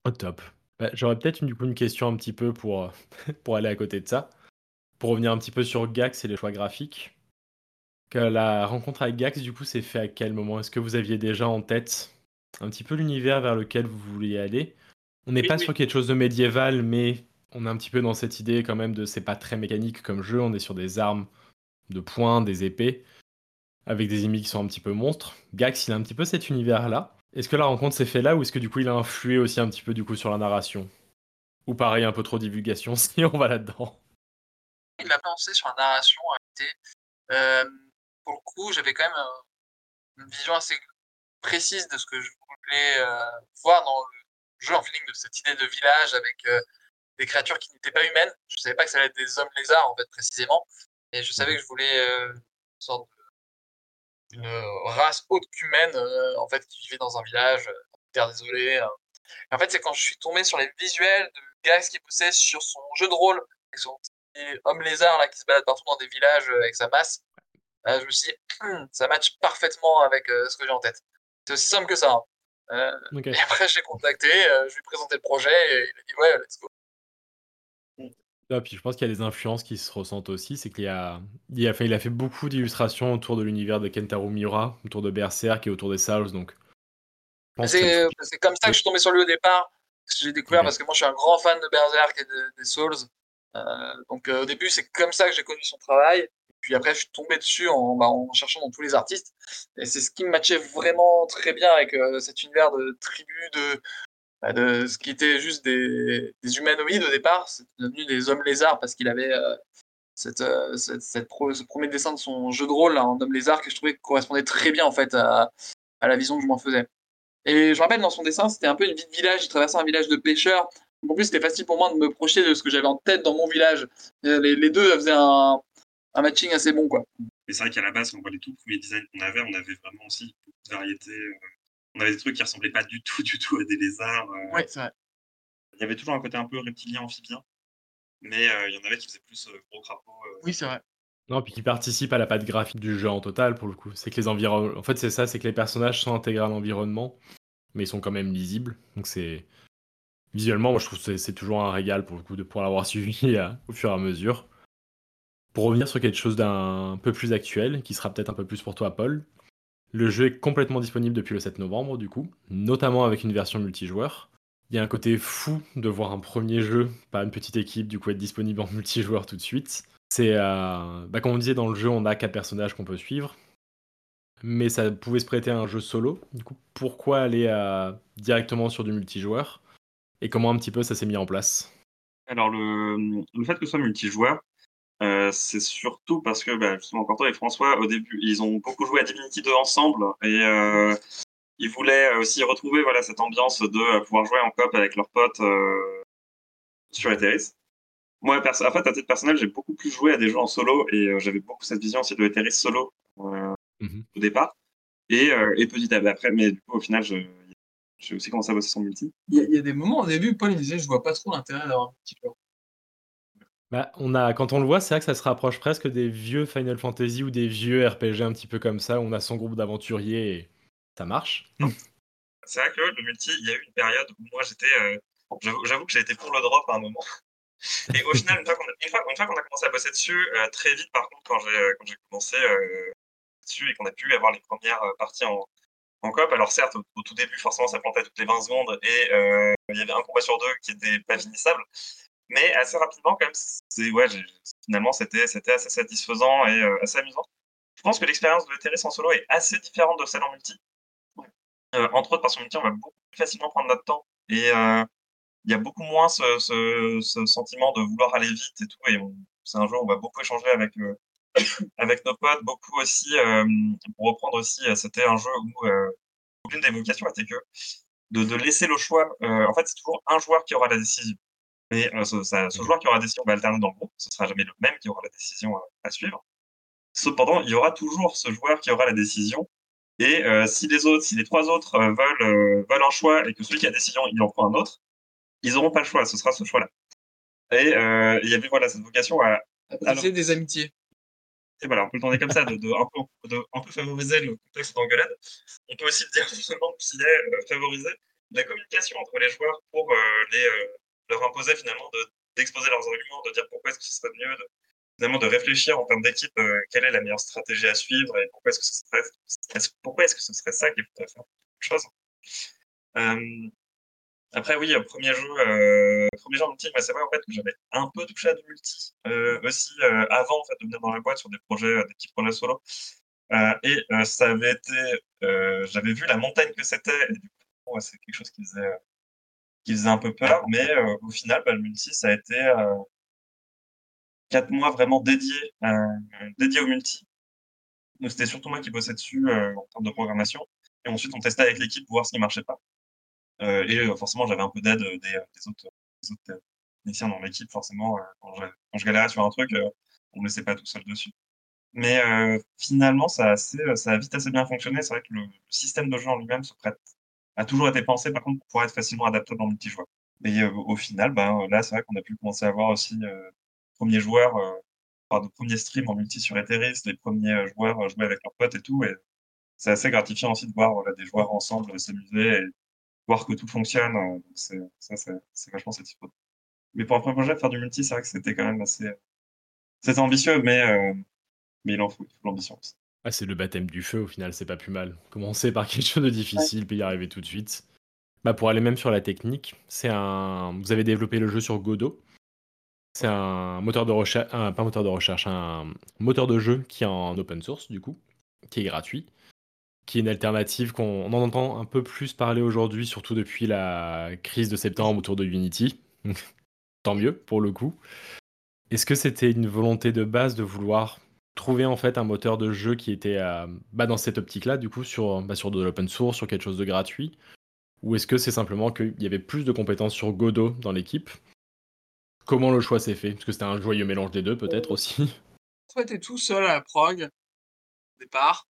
Oh, top. Bah, j'aurais peut-être du coup une question un petit peu pour, pour aller à côté de ça. Pour revenir un petit peu sur Gax et les choix graphiques. Que la rencontre avec Gax, du coup, s'est fait à quel moment? Est-ce que vous aviez déjà en tête un petit peu l'univers vers lequel vous vouliez aller? On n'est Oui, pas oui. sur quelque chose de médiéval, mais on est un petit peu dans cette idée quand même de c'est pas très mécanique comme jeu, on est sur des armes de poing, des épées, avec des ennemis qui sont un petit peu monstres. Gax, il a un petit peu cet univers-là. Est-ce que la rencontre s'est fait là ou est-ce que du coup il a influé aussi un petit peu du coup sur la narration? Ou pareil, un peu trop de divulgation si on va là-dedans. Il m'a pensé sur la narration en réalité. Euh, pour le coup, j'avais quand même une vision assez précise de ce que je voulais voir dans le jeu en feeling de cette idée de village avec des créatures qui n'étaient pas humaines. Je savais pas que ça allait être des hommes lézards en fait précisément, et je savais Mhm. que je voulais une sorte d'une race haute qu'humaine en fait qui vivait dans un village, terre désolée. En fait, c'est quand je suis tombé sur les visuels de Gax qui bossait sur son jeu de rôle, avec son petit homme lézard là qui se balade partout dans des villages avec sa masse. Je me suis dit, ça match parfaitement avec ce que j'ai en tête. C'est aussi simple que ça, hein. Et Ok. après, je l'ai contacté, je lui ai présenté le projet et il a dit ouais, let's go. Ah, puis je pense qu'il y a des influences qui se ressentent aussi, c'est enfin, il a fait beaucoup d'illustrations autour de l'univers de Kentaro Miura, autour de Berserk et autour des Souls, donc je pense que ça C'est comme ça que je suis tombé sur lui au départ. Que j'ai découvert Ok. parce que moi, je suis un grand fan de Berserk et des Souls. Donc au début, c'est comme ça que j'ai connu son travail. Puis après, je suis tombé dessus en cherchant dans tous les artistes. Et c'est ce qui me matchait vraiment très bien avec cet univers de tribu, de ce qui était juste des humanoïdes au départ. C'est devenu des hommes lézards parce qu'il avait ce premier dessin de son jeu de rôle là, en homme lézard que je trouvais correspondait très bien en fait à la vision que je m'en faisais. Et je me rappelle dans son dessin, c'était un peu une vie de village. Il traversait un village de pêcheurs. Donc, en plus, c'était facile pour moi de me projeter de ce que j'avais en tête dans mon village. Les deux faisaient un matching assez bon, quoi. Et c'est vrai qu'à la base, quand on voit les tout premiers designs qu'on avait, on avait vraiment aussi beaucoup de variétés. On avait des trucs qui ressemblaient pas du tout, du tout à des lézards. Oui, c'est vrai. Il y avait toujours un côté un peu reptilien, amphibien, mais il y en avait qui faisaient plus gros crapaud. Oui, c'est vrai. Non, puis qui participe à la patte graphique du jeu en total, pour le coup. C'est que les environnements... En fait, c'est ça, c'est que les personnages sont intégrés à l'environnement, mais ils sont quand même lisibles, donc c'est... Visuellement, moi, je trouve que c'est toujours un régal, pour le coup, de pouvoir l'avoir suivi au fur et à mesure. Pour revenir sur quelque chose d'un peu plus actuel, qui sera peut-être un peu plus pour toi, Paul, le jeu est complètement disponible depuis le 7 novembre, du coup, notamment avec une version multijoueur. Il y a un côté fou de voir un premier jeu, pas une petite équipe, du coup être disponible en multijoueur tout de suite. C'est, comme on disait dans le jeu, on a 4 personnages qu'on peut suivre, mais ça pouvait se prêter à un jeu solo. Du coup, pourquoi aller directement sur du multijoueur? Et comment un petit peu ça s'est mis en place? Alors, le fait que ce soit multijoueur, c'est surtout parce que justement, Quentin et François, au début, ils ont beaucoup joué à Divinity 2 ensemble et ils voulaient aussi retrouver voilà, cette ambiance de pouvoir jouer en coop avec leurs potes sur Etheris. Moi, en fait, à titre personnel, j'ai beaucoup plus joué à des jeux en solo et j'avais beaucoup cette vision aussi de Etheris solo Mhm. au départ. Et petit à petit après, mais du coup, au final, j'ai aussi commencé à bosser sur multi. Il y a des moments au début, Paul il disait je vois pas trop l'intérêt d'avoir un petit peu. Quand on le voit, c'est vrai que ça se rapproche presque des vieux Final Fantasy ou des vieux RPG un petit peu comme ça, où on a son groupe d'aventuriers et ça marche. C'est vrai que le multi, il y a eu une période où moi, j'avoue que j'ai été pour le drop à un moment. Et au final, une fois qu'on a commencé à bosser dessus, très vite, par contre, quand j'ai commencé dessus et qu'on a pu avoir les premières parties en coop, alors certes, au tout début, forcément, ça plantait toutes les 20 secondes et il y avait un combat sur deux qui était pas finissable. Mais assez rapidement, quand même, finalement, c'était assez satisfaisant et assez amusant. Je pense que l'expérience de Terrace en solo est assez différente de celle en multi. Ouais. Entre autres, parce qu'en multi, on va beaucoup plus facilement prendre notre temps. Et il y a beaucoup moins ce sentiment de vouloir aller vite et tout. Et c'est un jeu où on va beaucoup échanger avec nos potes, beaucoup aussi, pour reprendre aussi, c'était un jeu où l'une des vocations était que de laisser le choix. En fait, c'est toujours un joueur qui aura la décision. Et ce Mhm. joueur qui aura la décision va alterner dans le groupe. Ce sera jamais le même qui aura la décision à suivre. Cependant, il y aura toujours ce joueur qui aura la décision. Et si les trois autres veulent un choix et que celui qui a la décision, il en prend un autre, ils n'auront pas le choix. Ce sera ce choix-là. Et il y avait voilà cette vocation à alors, Des amitiés. et voilà, on peut le tourner comme ça, un peu favoriser le contexte d'engueulade. On peut aussi le dire seulement qu'il est favorisé la communication entre les joueurs pour leur imposer finalement d'exposer leurs arguments, de dire pourquoi est-ce que ce serait mieux, finalement de réfléchir en termes d'équipe, quelle est la meilleure stratégie à suivre et pourquoi pourquoi est-ce que ce serait ça qu'il faudrait faire quelque chose. Après, oui, premier jeu en multi, c'est vrai en fait que j'avais un peu touché à du multi aussi avant en fait de venir dans la boîte sur des petits projets solo. Ça avait été, j'avais vu la montagne que c'était, et du coup, c'est quelque chose qui faisait un peu peur, mais au final, le multi, ça a été 4 mois vraiment dédiés au multi. Donc c'était surtout moi qui bossais dessus en termes de programmation, et ensuite on testait avec l'équipe pour voir ce qui marchait pas. Forcément, j'avais un peu d'aide des autres techniciens dans l'équipe, forcément, quand je galérais sur un truc, on me laissait pas tout seul dessus. Mais finalement, ça a vite assez bien fonctionné. C'est vrai que le système de jeu en lui-même a toujours été pensé, par contre, pour pouvoir être facilement adaptable en multijoueur. Et au final, là, c'est vrai qu'on a pu commencer à voir aussi premiers joueurs, de premiers streams en multi sur Ethereum, les premiers joueurs jouer avec leurs potes et tout. Et c'est assez gratifiant aussi de voir des joueurs ensemble s'amuser et voir que tout fonctionne. Donc c'est vachement satisfaisant. Mais pour un premier projet, faire du multi, c'est vrai que c'était quand même c'était ambitieux, mais il en faut l'ambition aussi. Ah, c'est le baptême du feu, au final, c'est pas plus mal. Commencer par quelque chose de difficile, puis y arriver tout de suite. Pour aller même sur la technique, vous avez développé le jeu sur Godot. C'est un moteur de recherche, pas un moteur de recherche, un moteur de jeu qui est en open source, du coup, qui est gratuit, qui est une alternative qu'on en entend un peu plus parler aujourd'hui, surtout depuis la crise de septembre autour de Unity. Tant mieux, pour le coup. Est-ce que c'était une volonté de base de vouloir trouver en fait un moteur de jeu qui était dans cette optique-là, du coup, sur de l'open source, sur quelque chose de gratuit? Ou est-ce que c'est simplement qu'il y avait plus de compétences sur Godot dans l'équipe? Comment le choix s'est fait? Parce que c'était un joyeux mélange des deux, peut-être aussi. Toi, t'es tout seul à la prog, au départ.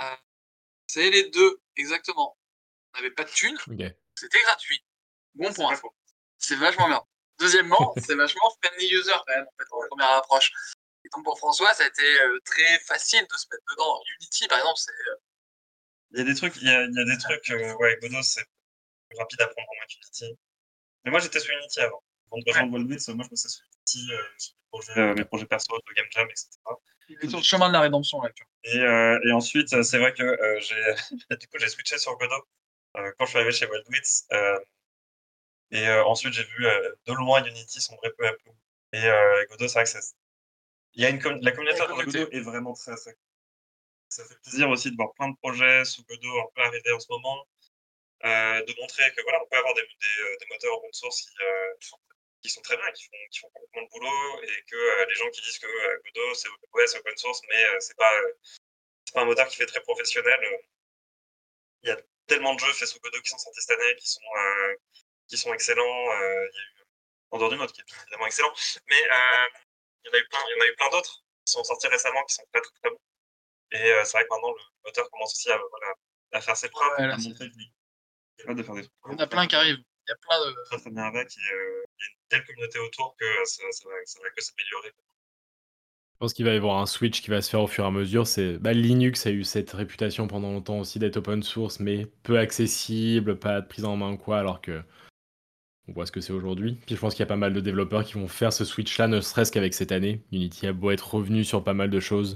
C'est les deux, exactement. On n'avait pas de thunes, Ok. c'était gratuit. Bon point. C'est vachement bien. Deuxièmement, c'est vachement friendly user quand même, en fait, en première approche. Et donc pour François, ça a été très facile de se mettre dedans. Unity, par exemple, c'est... Il y a des trucs, Godot, c'est plus rapide à prendre en moins qu'Unity. Mais moi, j'étais sur Unity avant. Avant de rejoindre Wildwits, moi, je bossais sur Unity, sur mes projets perso de Game Jam, etc. Il est sur le chemin de la rédemption, là, tu vois. Et ensuite, c'est vrai que j'ai switché sur Godot quand je suis arrivé chez Wildwits. Ensuite, j'ai vu de loin Unity sombrer peu à peu. Et Godot, c'est vrai que la communauté de Godot est vraiment très, très. Ça fait plaisir aussi de voir plein de projets sous Godot un peu arriver en ce moment. De montrer que voilà, on peut avoir des moteurs open source qui sont très bien, qui font complètement le boulot, et que les gens qui disent que Godot c'est open source, mais c'est pas un moteur qui fait très professionnel. Il y a tellement de jeux faits sous Godot qui sont sortis cette année, qui sont excellents. Il y a eu en dehors du nôtre qui est évidemment excellent, mais il y en a eu plein d'autres qui sont sortis récemment qui sont très très, très bons. Et c'est vrai que maintenant le moteur commence aussi à faire ses preuves, à montrer qu'il est capable de faire des trucs. Il y en a plein qui arrivent. Il y a plein de... Très très bien avec, il y a une telle communauté autour que ça va que s'améliorer. Je pense qu'il va y avoir un switch qui va se faire au fur et à mesure. Linux a eu cette réputation pendant longtemps aussi d'être open source, mais peu accessible, pas de prise en main ou quoi, alors que on voit ce que c'est aujourd'hui. Puis je pense qu'il y a pas mal de développeurs qui vont faire ce switch-là, ne serait-ce qu'avec cette année. Unity a beau être revenu sur pas mal de choses.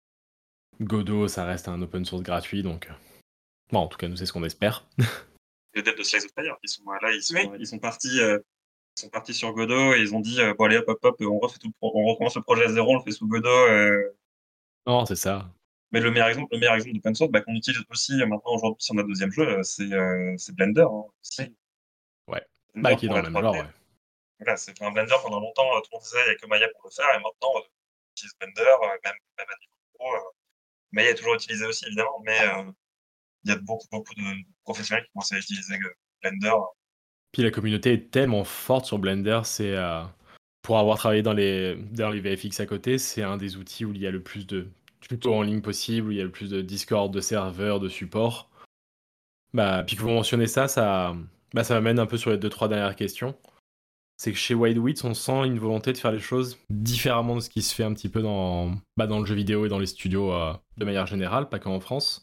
Godot, ça reste un open source gratuit, donc... Bon, en tout cas, nous, c'est ce qu'on espère. Les devs de Slice of Fire, ils sont partis sur Godot et ils ont dit bon allez hop, on recommence le projet à zéro, on le fait sous Godot. Non, c'est ça. Mais le meilleur exemple d'open source qu'on utilise aussi maintenant aujourd'hui sur notre deuxième jeu, c'est Blender. Aussi. Ouais. Blender Qui est dans le même genre, ouais. Voilà, c'est un Blender pendant longtemps, tout le monde disait il n'y a que Maya pour le faire, et maintenant on utilise Blender, même à niveau pro. Maya est toujours utilisé aussi évidemment, mais il y a beaucoup de professionnels qui commencent à utiliser Blender. Puis la communauté est tellement forte sur Blender, c'est pour avoir travaillé dans les VFX à côté, c'est un des outils où il y a le plus de tutos en ligne possible, où il y a le plus de Discord, de serveurs, de support. Puis que vous mentionnez ça m'amène un peu sur les 2-3 dernières questions. C'est que chez Wildwits, on sent une volonté de faire les choses différemment de ce qui se fait un petit peu dans le jeu vidéo et dans les studios de manière générale, pas qu'en France.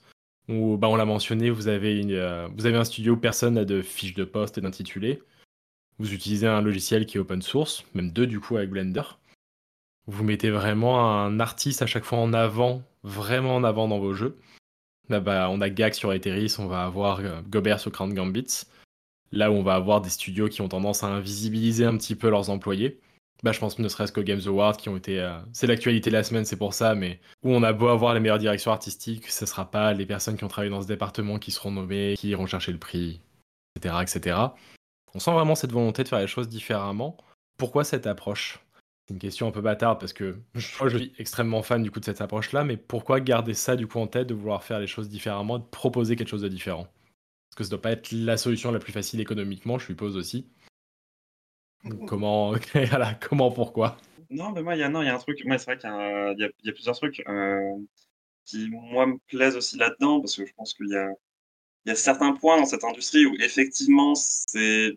où, on l'a mentionné, vous avez un studio où personne n'a de fiche de poste et d'intitulé. Vous utilisez un logiciel qui est open source, même deux du coup avec Blender. Vous mettez vraiment un artiste à chaque fois en avant, vraiment en avant dans vos jeux. Là, on a Gag sur Etheris, on va avoir Gobert sur Crown Gambits. Là où on va avoir des studios qui ont tendance à invisibiliser un petit peu leurs employés. Je pense ne serait-ce qu'aux Games Awards qui ont été... c'est l'actualité de la semaine, c'est pour ça, mais où on a beau avoir les meilleures directions artistiques, ce ne sera pas les personnes qui ont travaillé dans ce département qui seront nommées, qui iront chercher le prix, etc., etc. On sent vraiment cette volonté de faire les choses différemment. Pourquoi cette approche? C'est une question un peu bâtarde parce que moi je suis extrêmement fan du coup de cette approche-là, mais pourquoi garder ça du coup en tête de vouloir faire les choses différemment, de proposer quelque chose de différent? Parce que ça doit pas être la solution la plus facile économiquement, je suppose aussi. Donc, comment, voilà, comment, pourquoi? Non, mais moi, il y a un truc. Moi, c'est vrai qu'il y a plusieurs trucs qui, moi, me plaisent aussi là-dedans, parce que je pense il y a certains points dans cette industrie où, effectivement, c'est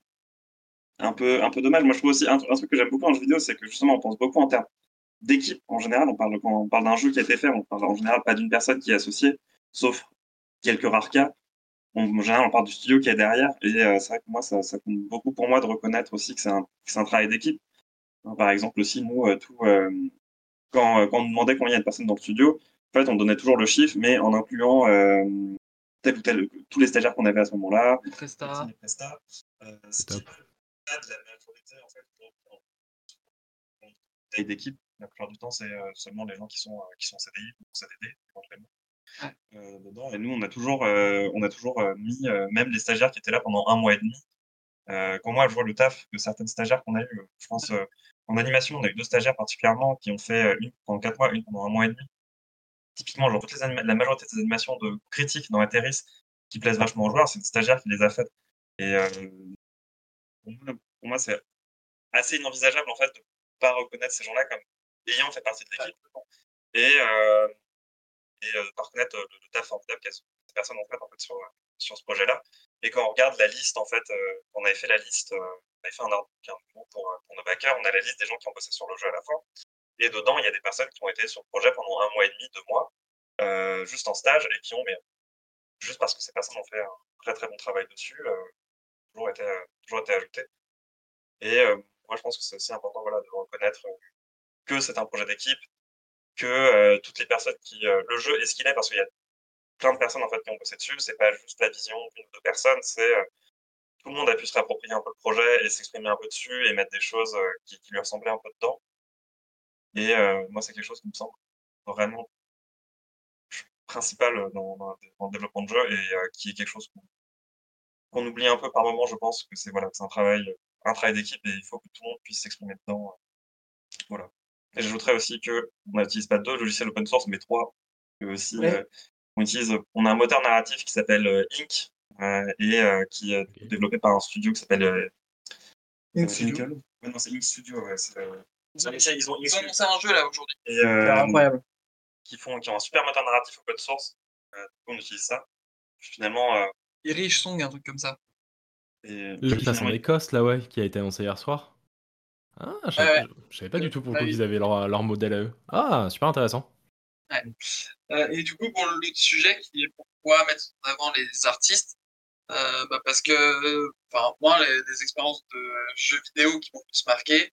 un peu dommage. Moi, je trouve aussi un truc que j'aime beaucoup en jeu vidéo, c'est que justement, on pense beaucoup en termes d'équipe. En général, quand on parle d'un jeu qui a été fait, on parle en général pas d'une personne qui est associée, sauf quelques rares cas. En général, on parle du studio qui est derrière. Et c'est vrai que moi, ça compte beaucoup pour moi de reconnaître aussi que c'est un travail d'équipe. Hein, par exemple, aussi, nous, quand on nous demandait combien il y a de personnes dans le studio, en fait, on donnait toujours le chiffre, mais en incluant tel ou tel, tous les stagiaires qu'on avait à ce moment-là, Presta. les prestats, C'est ce qui top. est de la majorité, en fait, en taille d'équipe. La plupart du temps, c'est seulement les gens qui sont CDI ou CDD, éventuellement, dedans. Et nous, on a toujours mis, même les stagiaires qui étaient là pendant un mois et demi. Quand moi, je vois le taf de certaines stagiaires qu'on a eu, je pense, en animation, on a eu deux stagiaires particulièrement qui ont fait une pendant 4 mois, une pendant un mois et demi. Typiquement, genre, la majorité de ces animations de critiques dans Aterris qui plaisent vachement aux joueurs, c'est une stagiaire qui les a faites. Et pour moi, c'est assez inenvisageable en fait de ne pas reconnaître ces gens-là comme ayant fait partie de l'équipe et, euh, de pas reconnaître le taf formidable que ces personnes ont fait, sur ce projet-là. Et quand on regarde la liste, en fait, on avait fait la liste, on avait fait un article pour nos backers, on a la liste des gens qui ont bossé sur le jeu à la fin. Et dedans, il y a des personnes qui ont été sur le projet pendant un mois et demi, 2 mois, juste en stage, et qui ont, mais juste parce que ces personnes ont fait un très très bon travail dessus, toujours été ajoutées. Et moi, je pense que c'est aussi important voilà, de reconnaître que c'est un projet d'équipe, que toutes les personnes le jeu est ce qu'il est, parce qu'il y a plein de personnes en fait, qui ont bossé dessus, c'est pas juste la vision d'une ou deux personnes, c'est tout le monde a pu se réapproprier un peu le projet et s'exprimer un peu dessus et mettre des choses qui lui ressemblaient un peu dedans. Et moi, c'est quelque chose qui me semble vraiment principal dans le développement de jeu et qui est quelque chose qu'on oublie un peu par moment, je pense, que c'est voilà, que c'est un travail d'équipe et il faut que tout le monde puisse s'exprimer dedans. Voilà. Et j'ajouterais aussi que on n'utilise pas deux logiciels open source, mais trois. Et aussi, Ouais. on a un moteur narratif qui s'appelle Ink et qui est Ok. développé par un studio qui s'appelle Ink Studio. Nickel. Ouais, non, c'est Ink Studio. Ouais, Ils ont annoncé un jeu là aujourd'hui. Et, C'est incroyable. qui ont un super moteur narratif open source. Du coup, on utilise ça. Puis finalement, Irish Song, un truc comme ça. Le puis passe en finalement, Écosse, là, ouais, qui a été annoncé hier soir. Ah, Ouais, ouais. je savais pas du tout pour le Bah coup oui. qu'ils avaient leur modèle à eux. Ah, super intéressant. Ouais. Et du coup, pour l'autre sujet, qui est pourquoi mettre en avant les artistes, parce que, enfin, moi, les expériences de jeux vidéo qui m'ont le plus marqué,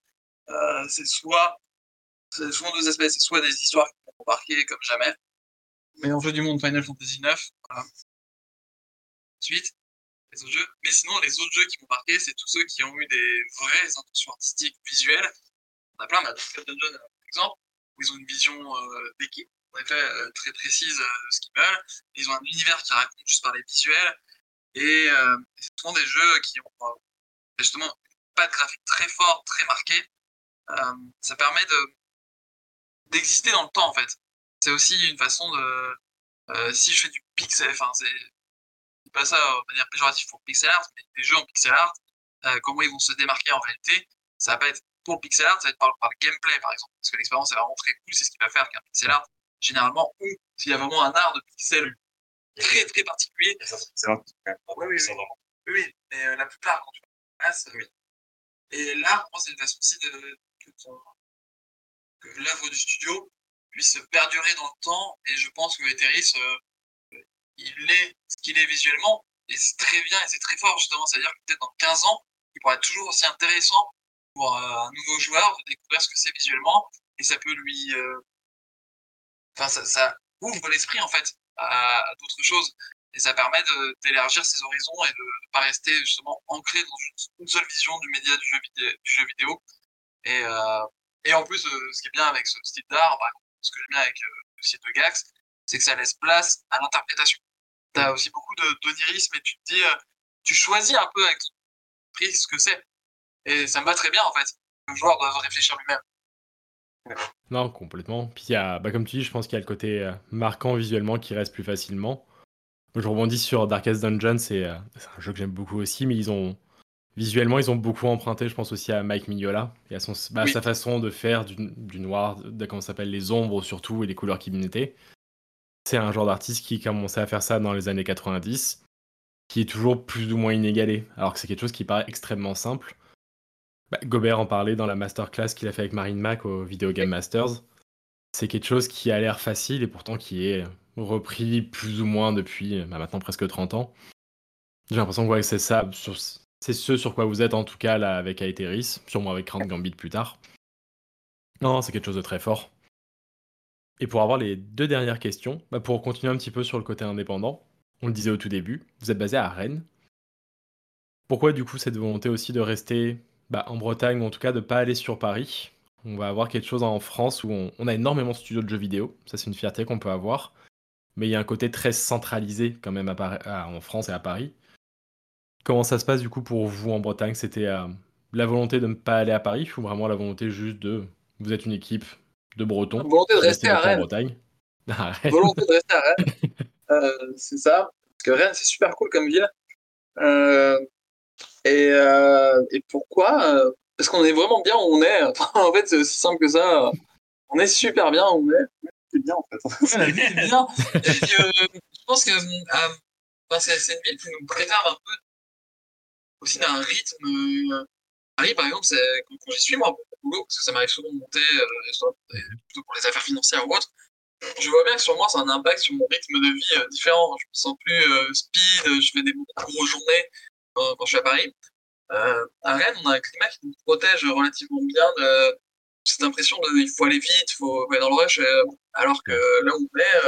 c'est souvent deux aspects. C'est soit des histoires qui m'ont marqué comme jamais, mais en jeu du monde Final Fantasy IX, voilà, suite, les autres jeux. Mais sinon, les autres jeux qui m'ont marqué, c'est tous ceux qui ont eu des vraies intentions artistiques visuelles. On a plein, Scott Dungeon, par exemple, où ils ont une vision d'équipe, en effet, très précise de ce qu'ils veulent. Ils ont un univers qui raconte juste par les visuels. Et c'est souvent des jeux qui ont justement une patte graphique très forte, très marquée. Ça permet d'exister dans le temps, en fait. C'est aussi une façon de... si je fais du pixel, enfin, c'est pas ça de manière péjorative pour pixel art, mais des jeux en pixel art, comment ils vont se démarquer en réalité, ça va pas être pour le pixel art, ça va être par le gameplay, par exemple. Parce que l'expérience est vraiment très cool, c'est ce qui va faire qu'un pixel art, généralement, ou s'il y a vraiment un art de pixel très très particulier. et ça, c'est vrai, Oui, oui, oui. Oui, mais la plupart, quand tu passes, oui. Et là, pour moi, c'est une façon aussi que l'œuvre du studio puisse perdurer dans le temps. Et je pense que Etheris il est ce qu'il est visuellement, et c'est très bien et c'est très fort justement. C'est-à-dire que peut-être dans 15 ans, il pourra être toujours aussi intéressant pour un nouveau joueur de découvrir ce que c'est visuellement, et ça peut lui, enfin ça ouvre l'esprit en fait à d'autres choses, et ça permet d'élargir ses horizons et de ne pas rester justement ancré dans une seule vision du média du jeu vidéo. Et, et en plus, ce qui est bien avec ce style d'art, par exemple, ce que j'aime bien avec le style de Gax, c'est que ça laisse place à l'interprétation. Tu as aussi beaucoup d'onirisme et tu te dis, tu choisis un peu avec ton prix ce que c'est. Et ça me va très bien en fait. Le joueur doit réfléchir lui-même. Non, complètement. Puis, comme tu dis, je pense qu'il y a le côté marquant visuellement qui reste plus facilement. Je rebondis sur Darkest Dungeon, c'est un jeu que j'aime beaucoup aussi, mais visuellement, ils ont beaucoup emprunté, je pense aussi à Mike Mignola et à Oui, sa façon de faire du noir, de comment ça s'appelle, les ombres surtout et les couleurs qui mettaient. C'est un genre d'artiste qui commençait à faire ça dans les années 90, qui est toujours plus ou moins inégalé, alors que c'est quelque chose qui paraît extrêmement simple. Gobert en parlait dans la masterclass qu'il a fait avec Marine Mac au Video Game Masters. C'est quelque chose qui a l'air facile et pourtant qui est repris plus ou moins depuis maintenant presque 30 ans. J'ai l'impression que c'est ça, c'est ce sur quoi vous êtes en tout cas là avec Aetheris, sûrement avec Grand Gambit plus tard. Non, c'est quelque chose de très fort. Et pour avoir les deux dernières questions, pour continuer un petit peu sur le côté indépendant, on le disait au tout début, vous êtes basé à Rennes. Pourquoi du coup cette volonté aussi de rester en Bretagne ou en tout cas de pas aller sur Paris? On va avoir quelque chose en France où on a énormément de studios de jeux vidéo, ça c'est une fierté qu'on peut avoir, mais il y a un côté très centralisé quand même en France et à Paris. Comment ça se passe du coup pour vous en Bretagne? C'était la volonté de ne pas aller à Paris ou vraiment la volonté juste de... Vous êtes une équipe de Bretons volonté de qui restez rester à maintenant en Rennes. Bretagne. À Rennes. Volonté de rester à Rennes, c'est ça. Parce que Rennes, c'est super cool comme ville. Euh, et pourquoi parce qu'on est vraiment bien où on est. Enfin, en fait, c'est aussi simple que ça. On est super bien où on est. C'est bien, en fait. Ouais, la vie est bien. Et puis, je pense que enfin, c'est une ville qui nous préserve un peu aussi d'un rythme. Paris, par exemple, quand j'y suis, moi, pour le boulot, parce que ça m'arrive souvent de monter, plutôt pour les affaires financières ou autres, je vois bien que sur moi, ça a un impact sur mon rythme de vie différent. Je me sens plus speed, je fais des beaucoup plus grosses journées quand je suis à Paris. À Rennes, on a un climat qui nous protège relativement bien de cette impression de il faut aller vite, il faut aller dans le rush, alors que Ouais. là où on est,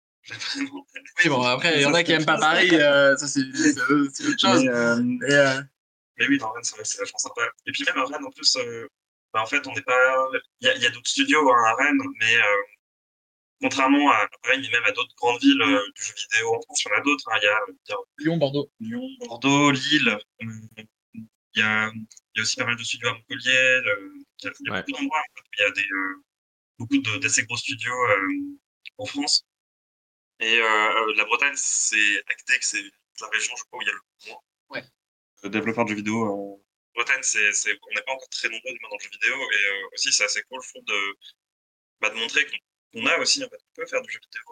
oui, bon, après, il y en a qui aiment pas Paris, ça c'est autre chose. Mais oui, dans Rennes, c'est vrai que c'est vachement sympa. Et puis même à Rennes, en plus, en fait, on n'est pas. Il y a d'autres studios hein, à Rennes, mais contrairement à Paris, mais même à d'autres grandes villes du jeu vidéo en France, il y en a d'autres. Hein. Il y a Lyon, Bordeaux. Lyon, Bordeaux, Lille. Il y a aussi pas mal de studios à Montpellier. Il y a Ouais. beaucoup d'endroits en fait, où il y a beaucoup d'assez gros studios en France. Et la Bretagne, c'est acté que c'est la région, je crois, où il y a le moins Ouais. de développeurs de jeux vidéo. Bretagne, on n'est pas encore très nombreux dans le jeu vidéo. Et aussi, c'est assez cool, je trouve, de montrer qu'on a aussi, en fait, on peut faire du jeu vidéo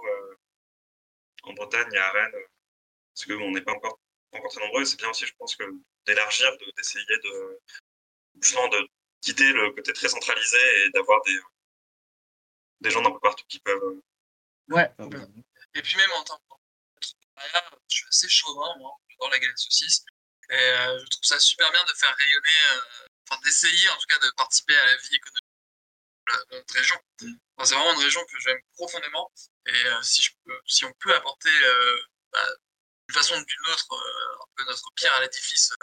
en Bretagne et à Rennes, parce qu'on n'est pas encore très nombreux. Et c'est bien aussi, je pense, d'élargir, d'essayer justement de quitter le côté très centralisé et d'avoir des gens d'un peu partout qui peuvent. Ouais. Et puis même en tant qu'entrepreneuriat, je suis assez chauvin, moi, dans la galette saucisse. Et je trouve ça super bien de faire rayonner, enfin d'essayer en tout cas de participer à la vie économique de notre région. Enfin, c'est vraiment une région que j'aime profondément. Et si on peut apporter bah, d'une façon ou d'une autre un peu notre pierre à l'édifice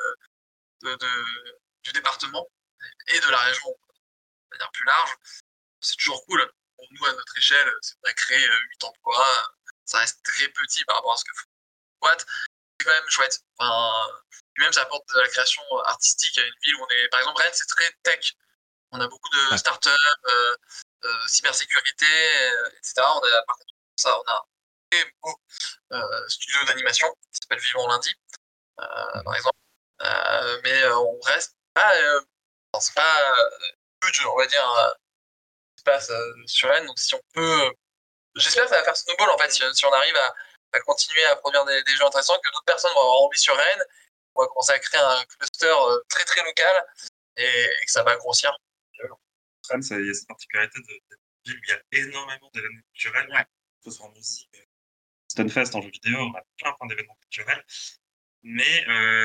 du département et de la région de manière plus large, c'est toujours cool. Pour nous, à notre échelle, c'est vrai créer 8 emplois, ça reste très petit par rapport à ce que font les boîtes. C'est quand même chouette. Enfin, même ça apporte de la création artistique à une ville où on est. Par exemple, Rennes, c'est très tech. On a beaucoup de Ouais. startups, cybersécurité, etc. Par contre, ça, on a un très beau studio d'animation qui s'appelle Vivant Lundi, par exemple. Mais on reste pas. C'est pas huge, on va dire, qui se passe sur Rennes. Donc si on peut. J'espère que ça va faire snowball en fait, si on arrive à continuer à produire des jeux intéressants, que d'autres personnes vont avoir envie sur Rennes. On va commencer à créer un cluster très très local et que ça va grossir. Rennes, il y a cette particularité de ville où il y a énormément d'événements culturels, Ouais. que ce soit en musique, Stunfest en jeu vidéo, on a plein d'événements culturels. Mais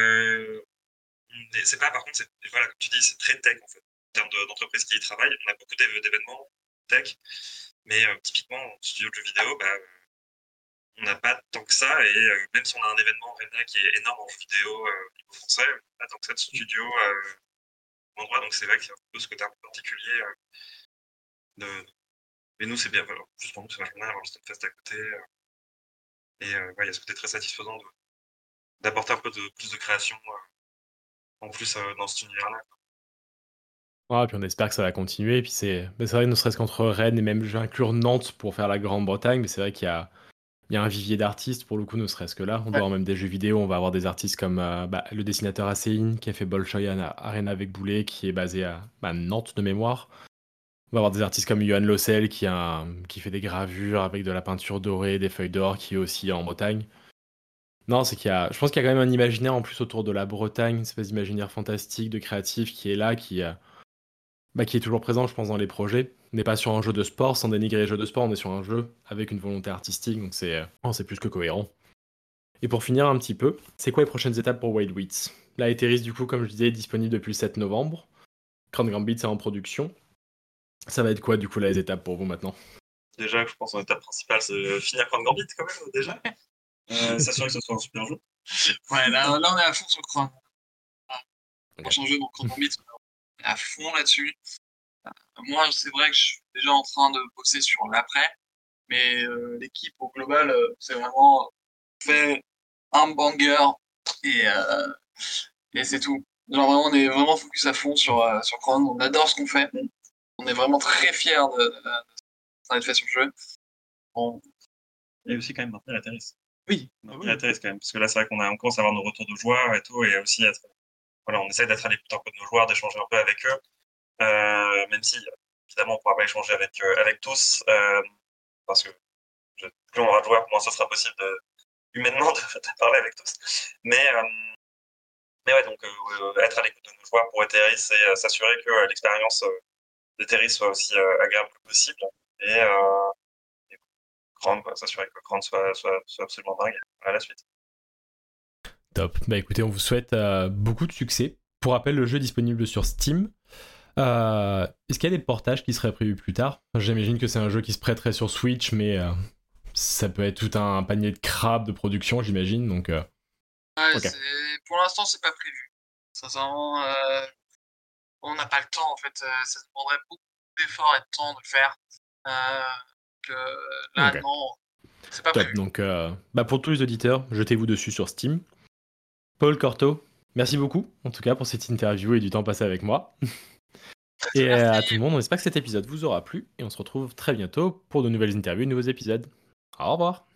c'est pas, par contre, voilà, comme tu dis, c'est très tech en fait. En termes d'entreprise qui y travaillent, on a beaucoup d'événements tech, mais typiquement, en studio de jeux vidéo, on n'a pas tant que ça, et même si on a un événement Rena qui est énorme en jeux vidéo au niveau français, on n'a pas tant que ça de studio endroit, donc c'est vrai qu'il y a un peu ce côté un peu particulier mais nous, c'est bien, voilà. Juste pour nous, c'est vachement bien d'avoir le Stunfest à côté, et ouais, il y a ce côté très satisfaisant d'apporter un peu plus de création en plus dans cet univers-là. Ouais, puis on espère que ça va continuer. Puis c'est vrai, ne serait-ce qu'entre Rennes et même, je vais inclure Nantes pour faire la Grande-Bretagne, mais c'est vrai qu'il y a un vivier d'artistes pour le coup, ne serait-ce que là. On doit avoir même des jeux vidéo. On va avoir des artistes comme le dessinateur Acéine qui a fait Bolshoi Arena avec Boulet, qui est basé à Nantes de mémoire. On va avoir des artistes comme Johan Lossel qui fait des gravures avec de la peinture dorée, des feuilles d'or, qui est aussi en Bretagne. Non, je pense qu'il y a quand même un imaginaire en plus autour de la Bretagne, une espèce d'imaginaire fantastique, de créatif qui est là, qui est toujours présent, je pense, dans les projets. On n'est pas sur un jeu de sport, sans dénigrer les jeux de sport, on est sur un jeu avec une volonté artistique, donc c'est plus que cohérent. Et pour finir un petit peu, c'est quoi les prochaines étapes pour Wild Wheats? La Etheris, du coup, comme je disais, est disponible depuis le 7 novembre. Crown Gambit, c'est en production. Ça va être quoi, du coup, les étapes pour vous maintenant? Déjà, je pense que l'étape principale, c'est finir Crown Gambit, quand même, déjà. S'assurer que ce soit un super jeu. Ouais, là, on est à fond sur Crown. Prochain jeu, donc Crown Gambit, on est à fond là-dessus. Moi, c'est vrai que je suis déjà en train de bosser sur l'après, mais l'équipe au global, c'est vraiment fait un banger et, euh, et c'est tout. Genre vraiment, on est vraiment focus à fond sur Crown. On adore ce qu'on fait. On est vraiment très fiers d'être fait sur le jeu. Bon. Et aussi quand même maintenir la Terrace. Oui. Maintenir la Terrace quand même, parce que là c'est vrai qu'on commence à avoir nos retours de joueurs et tout, et aussi voilà, on essaye d'être à l'écoute un peu de nos joueurs, d'échanger un peu avec eux, même si évidemment on ne pourra pas échanger avec tous, parce que plus on aura de joueurs, moins ce sera possible humainement de parler avec tous. Mais ouais, donc être à l'écoute de nos joueurs pour Etheris et s'assurer que l'expérience d'Etheris soit aussi agréable que possible. Et Crown, s'assurer que Crown soit absolument dingue à la suite. Top. Bah écoutez, on vous souhaite beaucoup de succès. Pour rappel, le jeu est disponible sur Steam. Est-ce qu'il y a des portages qui seraient prévus plus tard? J'imagine que c'est un jeu qui se prêterait sur Switch, mais ça peut être tout un panier de crabes de production, j'imagine. Donc, ouais, okay. Pour l'instant, c'est pas prévu. Sincèrement, on n'a pas le temps en fait. Ça demanderait beaucoup d'efforts et de temps de le faire. Là, okay. Non, c'est pas top. prévu. Donc, pour tous les auditeurs, jetez-vous dessus sur Steam. Paul Corto, merci beaucoup en tout cas pour cette interview et du temps passé avec moi. Et à tout le monde, on espère que cet épisode vous aura plu et on se retrouve très bientôt pour de nouvelles interviews et de nouveaux épisodes. Au revoir.